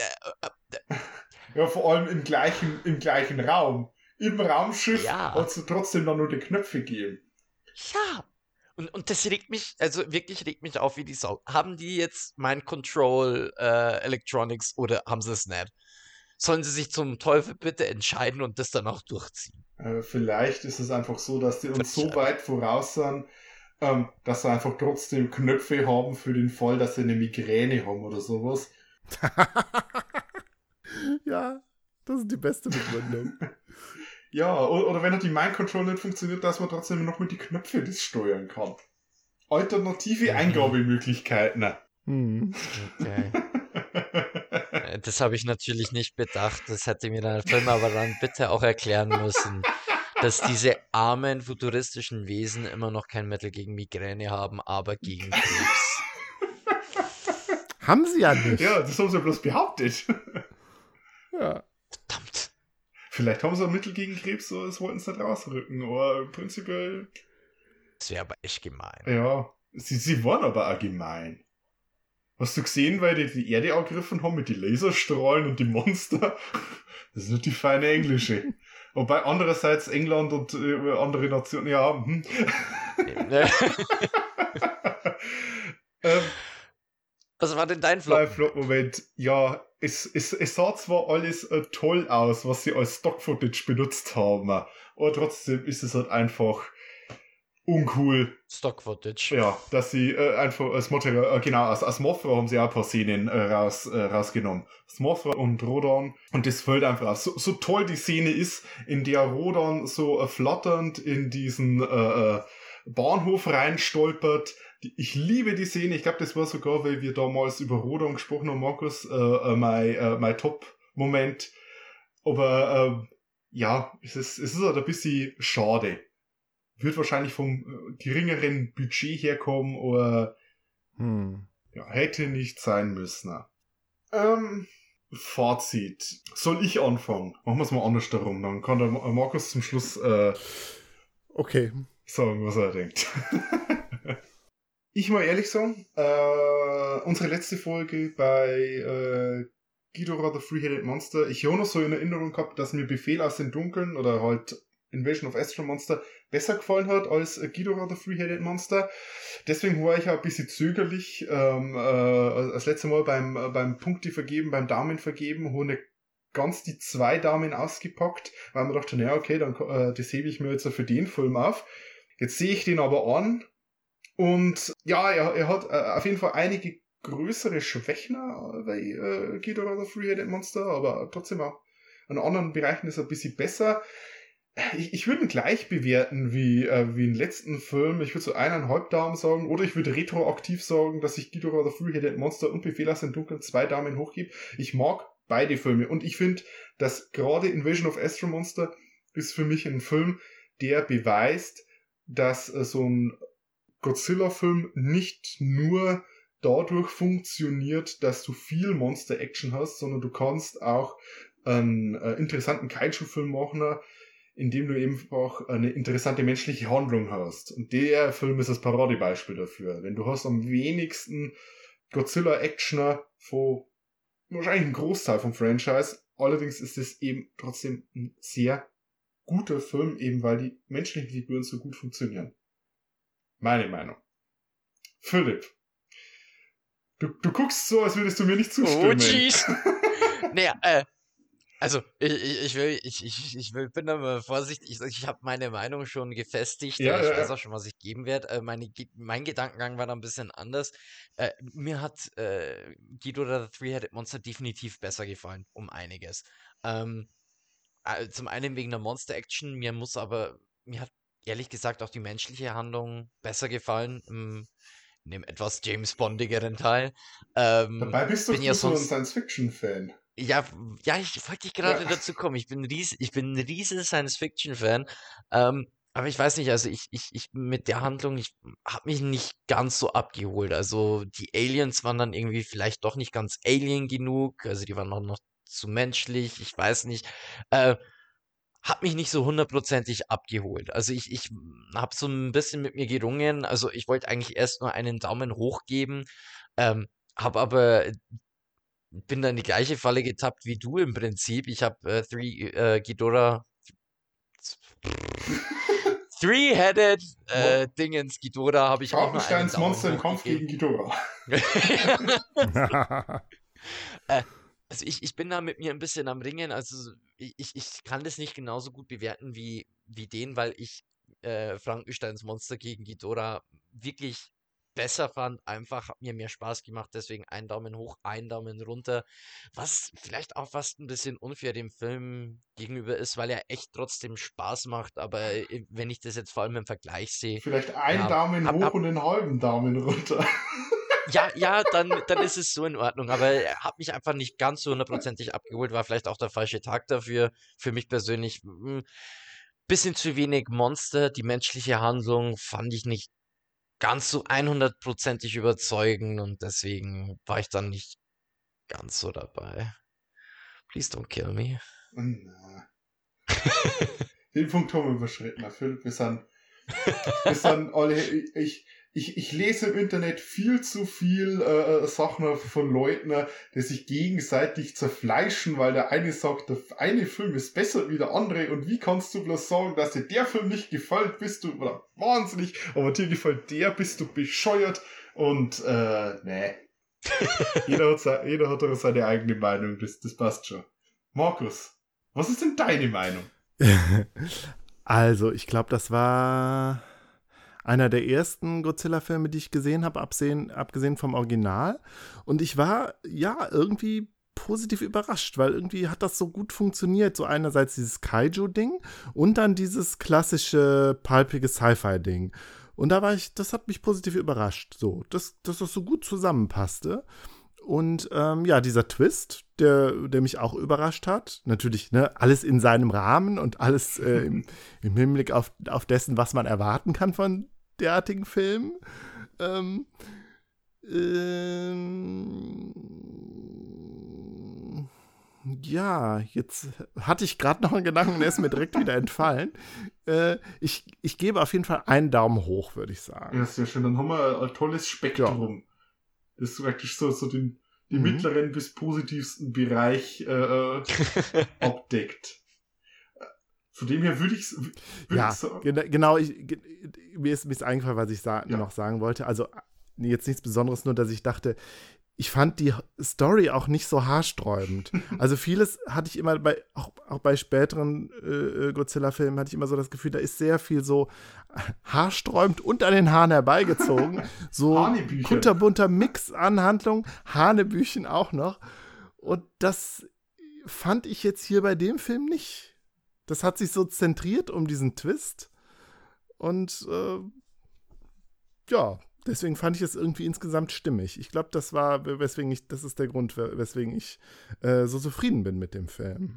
Ja, vor allem im gleichen Raum. Im Raumschiff Ja. hat es trotzdem dann nur die Knöpfe gegeben. Ja. Und das regt mich, also wirklich regt mich auf wie die Sau. Haben die jetzt Mind Control Electronics oder haben sie es nicht? Sollen sie sich zum Teufel bitte entscheiden und das dann auch durchziehen? Vielleicht ist es einfach so, dass die uns so Vielleicht. weit voraus sind, dass sie einfach trotzdem Knöpfe haben für den Fall, dass sie eine Migräne haben oder sowas. Ja, das ist die beste Begründung. Ja, oder wenn die Mind Control nicht funktioniert, dass man trotzdem noch mit die Knöpfe das steuern kann. Alternative Eingabemöglichkeiten. Okay. Das habe ich natürlich nicht bedacht. Das hätte mir der Film aber dann bitte auch erklären müssen, dass diese armen futuristischen Wesen immer noch kein Mittel gegen Migräne haben, aber gegen Krebs. Haben sie ja nicht. Ja, das haben sie bloß behauptet. Ja. Verdammt. Vielleicht haben sie ein Mittel gegen Krebs, so das wollten sie nicht rausrücken, aber prinzipiell, Das wäre aber echt gemein. ja, sie waren aber auch gemein. Hast du gesehen, weil die Erde angegriffen haben mit den Laserstrahlen und die Monster? Das ist nicht die feine Englische. Wobei andererseits England und andere Nationen, ja, Was war denn dein Flop? Moment, ja, es sah zwar alles toll aus, was sie als Stock-Footage benutzt haben, aber trotzdem ist es halt einfach uncool. Stock-Footage. Ja, dass sie einfach als Material, genau, als Mothra haben sie auch ein paar Szenen rausgenommen. Als Mothra und Rodan. Und das fällt einfach auf. So toll die Szene ist, in der Rodan so flatternd in diesen Bahnhof reinstolpert. Ich liebe die Szene. Ich glaube, das war sogar, weil wir damals über Rodan gesprochen haben, Markus, mein Top-Moment. Aber ja, es ist halt ein bisschen schade. Wird wahrscheinlich vom geringeren Budget herkommen oder ja, hätte nicht sein müssen. Fazit. Soll ich anfangen? Machen wir es mal anders darum. Dann kann der Markus zum Schluss Okay. sagen, was er denkt. Ich mal ehrlich sagen, unsere letzte Folge bei Ghidorah the Three-Headed Monster, ich habe noch so in Erinnerung gehabt, dass mir Befehl aus den Dunkeln oder halt Invasion of Astro Monster besser gefallen hat als Ghidorah the Three-Headed Monster. Deswegen war ich auch ein bisschen zögerlich. Das letzte Mal beim Punkte vergeben, beim Daumen vergeben, habe nicht ganz die 2 Daumen ausgepackt, weil man dachte, naja, okay, dann das hebe ich mir jetzt für den Film auf. Jetzt sehe ich den aber an und ja, er hat auf jeden Fall einige größere Schwächen bei Ghidorah the Three-Headed Monster, aber trotzdem auch an anderen Bereichen ist er ein bisschen besser. Ich würde ihn gleich bewerten wie den letzten Film. Ich würde so 1,5 Daumen sagen. Oder ich würde retroaktiv sagen, dass ich Ghidorah the Three-Headed Monster und Befehl aus dem Dunkeln 2 Daumen hochgebe. Ich mag beide Filme. Und ich finde, dass gerade Invasion of Astro Monster ist für mich ein Film, der beweist, dass so ein Godzilla-Film nicht nur dadurch funktioniert, dass du viel Monster-Action hast, sondern du kannst auch einen interessanten Kaiju-Film machen, indem du eben auch eine interessante menschliche Handlung hast. Und der Film ist das Paradebeispiel dafür. Wenn du hast am wenigsten Godzilla-Actioner von wahrscheinlich ein Großteil vom Franchise, allerdings ist es eben trotzdem ein sehr guter Film, eben weil die menschlichen Figuren so gut funktionieren. Meine Meinung. Philipp, du guckst so, als würdest du mir nicht zustimmen. Oh, jeez. Naja, also, bin da mal vorsichtig. Ich habe meine Meinung schon gefestigt. Ja, Ich ja, weiß ja. auch schon, was ich geben werde. Mein Gedankengang war da ein bisschen anders. Mir hat Ghidorah the Three-Headed Monster definitiv besser gefallen, um einiges. Zum einen wegen der Monster-Action, mir hat ehrlich gesagt auch die menschliche Handlung besser gefallen, in dem etwas James-Bondigeren Teil. Dabei bist doch Bin du ja so ein sonst, Science-Fiction-Fan. ja, ich wollte gerade Ja. dazu kommen. Ich bin ein riesen Science-Fiction-Fan. Aber ich weiß nicht, also ich mit der Handlung, ich habe mich nicht ganz so abgeholt. Also die Aliens waren dann irgendwie vielleicht doch nicht ganz Alien genug. Also die waren auch noch zu menschlich. Ich weiß nicht. Äh, Hat mich nicht so hundertprozentig abgeholt. Also ich habe so ein bisschen mit mir gerungen. Also ich wollte eigentlich erst nur einen Daumen hoch geben. Habe aber bin da in die gleiche Falle getappt wie du im Prinzip. Ich habe Ghidorah Three-Headed Dingens Ghidorah habe ich auch nur einen Frankensteins Daumen Monster im hoch Kampf gegen gegeben. Ghidorah. Äh, also ich bin da mit mir ein bisschen am Ringen. Also ich kann das nicht genauso gut bewerten wie den, weil ich Frankensteins Monster gegen Ghidorah wirklich besser fand. Einfach hat mir mehr Spaß gemacht. Deswegen einen Daumen hoch, einen Daumen runter. Was vielleicht auch fast ein bisschen unfair dem Film gegenüber ist, weil er echt trotzdem Spaß macht. Aber wenn ich das jetzt vor allem im Vergleich sehe, Vielleicht einen ja, Daumen hab, hoch hab, und einen halben Daumen runter. ja, dann ist es so in Ordnung, aber er hat mich einfach nicht ganz so hundertprozentig abgeholt, war vielleicht auch der falsche Tag dafür. Für mich persönlich bisschen zu wenig Monster. Die menschliche Handlung fand ich nicht ganz so 100%ig überzeugend und deswegen war ich dann nicht ganz so dabei. Please don't kill me. Na. Den Punkt haben wir überschritten, Philipp. Wir sind alle. Ich lese im Internet viel zu viel Sachen von Leuten, die sich gegenseitig zerfleischen, weil der eine sagt, der eine Film ist besser wie der andere und wie kannst du bloß sagen, dass dir der Film nicht gefällt, bist du oder wahnsinnig, aber dir gefällt der, bist du bescheuert und nee. Jeder hat doch seine eigene Meinung, das passt schon. Markus, was ist denn deine Meinung? Also, ich glaube, das war einer der ersten Godzilla-Filme, die ich gesehen habe, abgesehen vom Original. Und ich war, ja, irgendwie positiv überrascht, weil irgendwie hat das so gut funktioniert. So einerseits dieses Kaiju-Ding und dann dieses klassische, palpige Sci-Fi-Ding. Und das hat mich positiv überrascht, so, dass das so gut zusammenpasste. Und ja, dieser Twist, der mich auch überrascht hat, natürlich, ne, alles in seinem Rahmen und alles im Hinblick auf dessen, was man erwarten kann von derartigen Filmen. Ja, jetzt hatte ich gerade noch einen Gedanken, der ist mir direkt wieder entfallen. Ich gebe auf jeden Fall einen Daumen hoch, würde ich sagen. Ja, sehr schön. Dann haben wir ein tolles Spektrum. Das ist wirklich so den mittleren bis positivsten Bereich abdeckt. Von dem her würde ich sagen. Genau, mir ist eingefallen, was ich noch sagen wollte. Also jetzt nichts Besonderes, nur dass ich dachte, ich fand die Story auch nicht so haarsträubend. Also vieles hatte ich immer auch bei späteren Godzilla-Filmen hatte ich immer so das Gefühl, da ist sehr viel so haarsträubend und an den Haaren herbeigezogen. So kunterbunter Mix an Handlungen, Hanebüchen auch noch. Und das fand ich jetzt hier bei dem Film nicht. Das hat sich so zentriert um diesen Twist. Und ja, deswegen fand ich es irgendwie insgesamt stimmig. Ich glaube, das ist der Grund, weswegen ich so zufrieden bin mit dem Film.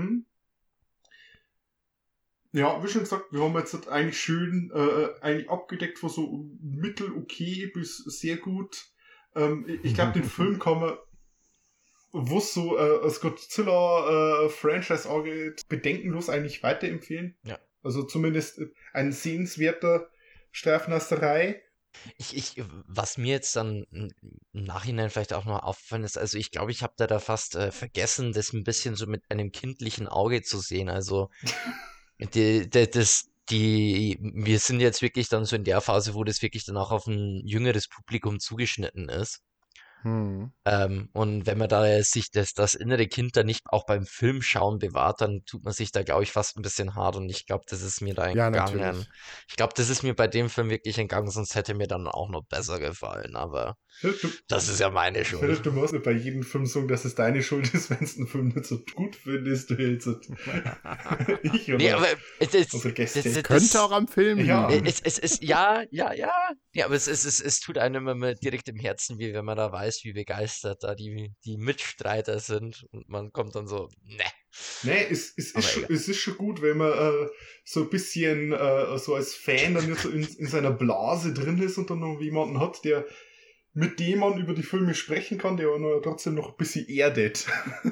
Ja, wie schon gesagt, wir haben jetzt eigentlich schön eigentlich abgedeckt von so mittel okay bis sehr gut. Ich glaube, den Film kann man, wo so das Godzilla-Franchise angeht, bedenkenlos eigentlich weiterempfehlen. Ja. Also zumindest ein sehenswerter Streifenlasterei. Was mir jetzt dann im Nachhinein vielleicht auch noch auffallen ist, also ich glaube, ich habe da fast vergessen, das ein bisschen so mit einem kindlichen Auge zu sehen. Also Wir sind jetzt wirklich dann so in der Phase, wo das wirklich dann auch auf ein jüngeres Publikum zugeschnitten ist. Hm. Und wenn man da sich das innere Kind dann nicht auch beim Filmschauen bewahrt, dann tut man sich da, glaube ich, fast ein bisschen hart. Und ich glaube, das ist mir da Ja, entgangen. natürlich. Ich glaube, das ist mir bei dem Film wirklich entgangen, sonst hätte mir dann auch noch besser gefallen. Aber das ist ja meine Ich finde, Schuld. du musst nicht bei jedem Film sagen, dass es deine Schuld ist, wenn du einen Film nicht so gut findest. Du jetzt ich oder Nee, aber unsere Gäste. Könnte auch am Film Ja. liegen. Ja, aber es tut einem immer direkt im Herzen weh, wenn man da weiß, wie begeistert da die Mitstreiter sind und man kommt dann so, ne. Nee, es Aber ist schon gut, wenn man so ein bisschen so als Fan dann jetzt so in seiner Blase drin ist und dann noch jemanden hat, der mit dem man über die Filme sprechen kann, der aber trotzdem noch ein bisschen erdet.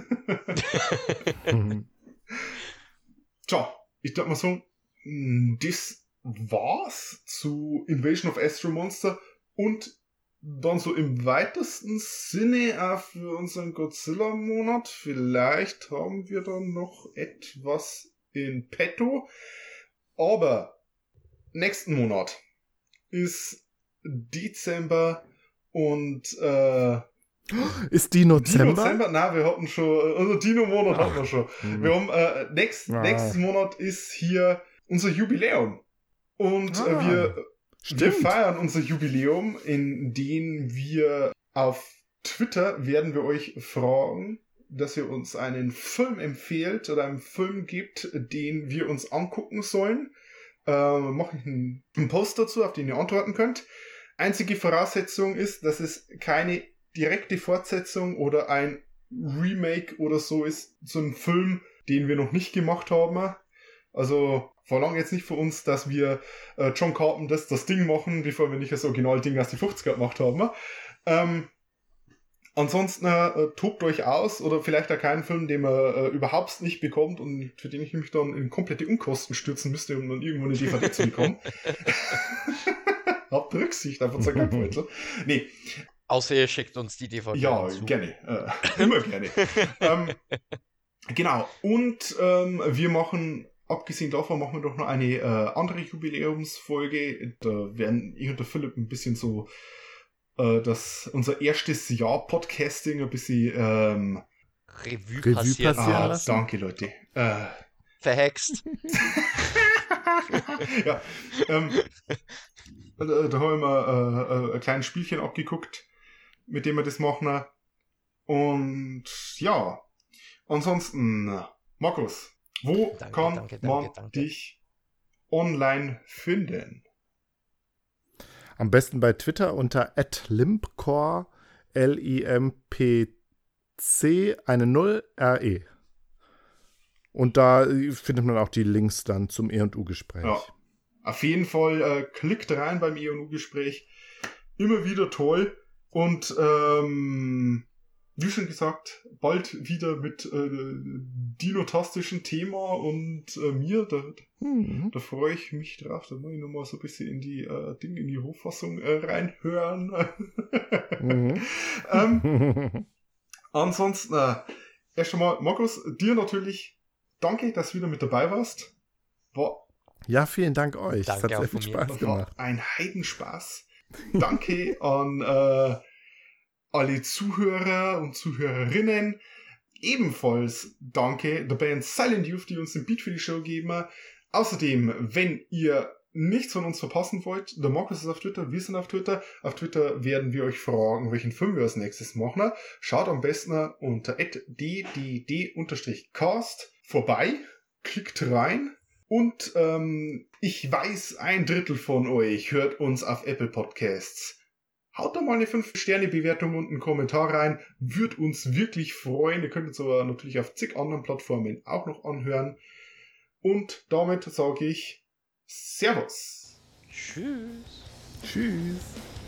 Mhm. Tja, ich darf mal sagen, das war's zu Invasion of Astro Monster und dann so im weitesten Sinne auch für unseren Godzilla-Monat. Vielleicht haben wir dann noch etwas in petto. Aber nächsten Monat ist Dezember und Ist Dino-Zember? Dino-Zember? Nein, wir hatten schon, also Dino-Monat hatten wir schon. Wir haben, nächsten Monat ist hier unser Jubiläum. Und wir feiern unser Jubiläum, in dem wir auf Twitter werden wir euch fragen, dass ihr uns einen Film empfehlt oder einen Film gibt, den wir uns angucken sollen. Mache ich einen Post dazu, auf den ihr antworten könnt. Einzige Voraussetzung ist, dass es keine direkte Fortsetzung oder ein Remake oder so ist zu einem Film, den wir noch nicht gemacht haben. Also verlangen jetzt nicht von uns, dass wir John Carpenter das Ding machen, bevor wir nicht das Original-Ding aus die 50er gemacht haben. Ansonsten tobt euch aus oder vielleicht auch keinen Film, den man überhaupt nicht bekommt und für den ich mich dann in komplette Unkosten stürzen müsste, um dann irgendwo eine DVD zu bekommen. Habt Rücksicht auf unser Geldbeutel. Nee. Außer ihr schickt uns die DVD Ja, zu. gerne. Immer gerne. Genau. Und wir machen, abgesehen davon, machen wir doch noch eine andere Jubiläumsfolge. Da werden ich und der Philipp ein bisschen so unser erstes Jahr Podcasting ein bisschen Revue passieren lassen. danke, Leute. Verhext. Ja, da haben wir ein kleines Spielchen abgeguckt, mit dem wir das machen. Und ja, ansonsten, Markus, wo kann man dich online finden? Am besten bei Twitter unter @limpcore, LIMPC, eine 0, RE. Und da findet man auch die Links dann zum E&U-Gespräch. Ja, auf jeden Fall klickt rein beim E&U-Gespräch. Immer wieder toll. Und wie schon gesagt, bald wieder mit dinotastischen Thema und mir. Da freue ich mich drauf. Da muss ich nochmal so ein bisschen in die Dinge, in die Hochfassung reinhören. Ansonsten, erst einmal, Markus, dir natürlich danke, dass du wieder mit dabei warst. Ja, vielen Dank euch. Danke es hat auch sehr viel von mir. Spaß Das gemacht. war ein Heidenspaß. Danke an alle Zuhörer und Zuhörerinnen. Ebenfalls danke der Band Silent Youth, die uns den Beat für die Show geben. Außerdem, wenn ihr nichts von uns verpassen wollt, der Markus ist auf Twitter, wir sind auf Twitter. Auf Twitter werden wir euch fragen, welchen Film wir als nächstes machen. Schaut am besten unter @ddd_cast vorbei, klickt rein. Und ich weiß, 1/3 von euch hört uns auf Apple Podcasts. Haut da mal eine 5-Sterne-Bewertung und einen Kommentar rein. Würde uns wirklich freuen. Ihr könnt uns aber natürlich auf zig anderen Plattformen auch noch anhören. Und damit sage ich Servus. Tschüss. Tschüss.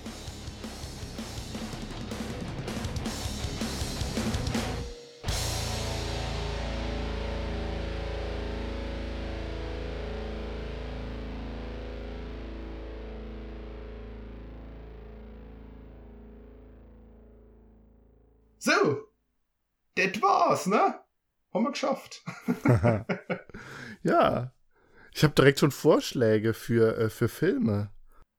So, das war's, ne? Haben wir geschafft. Ja, Ich habe direkt schon Vorschläge für Filme.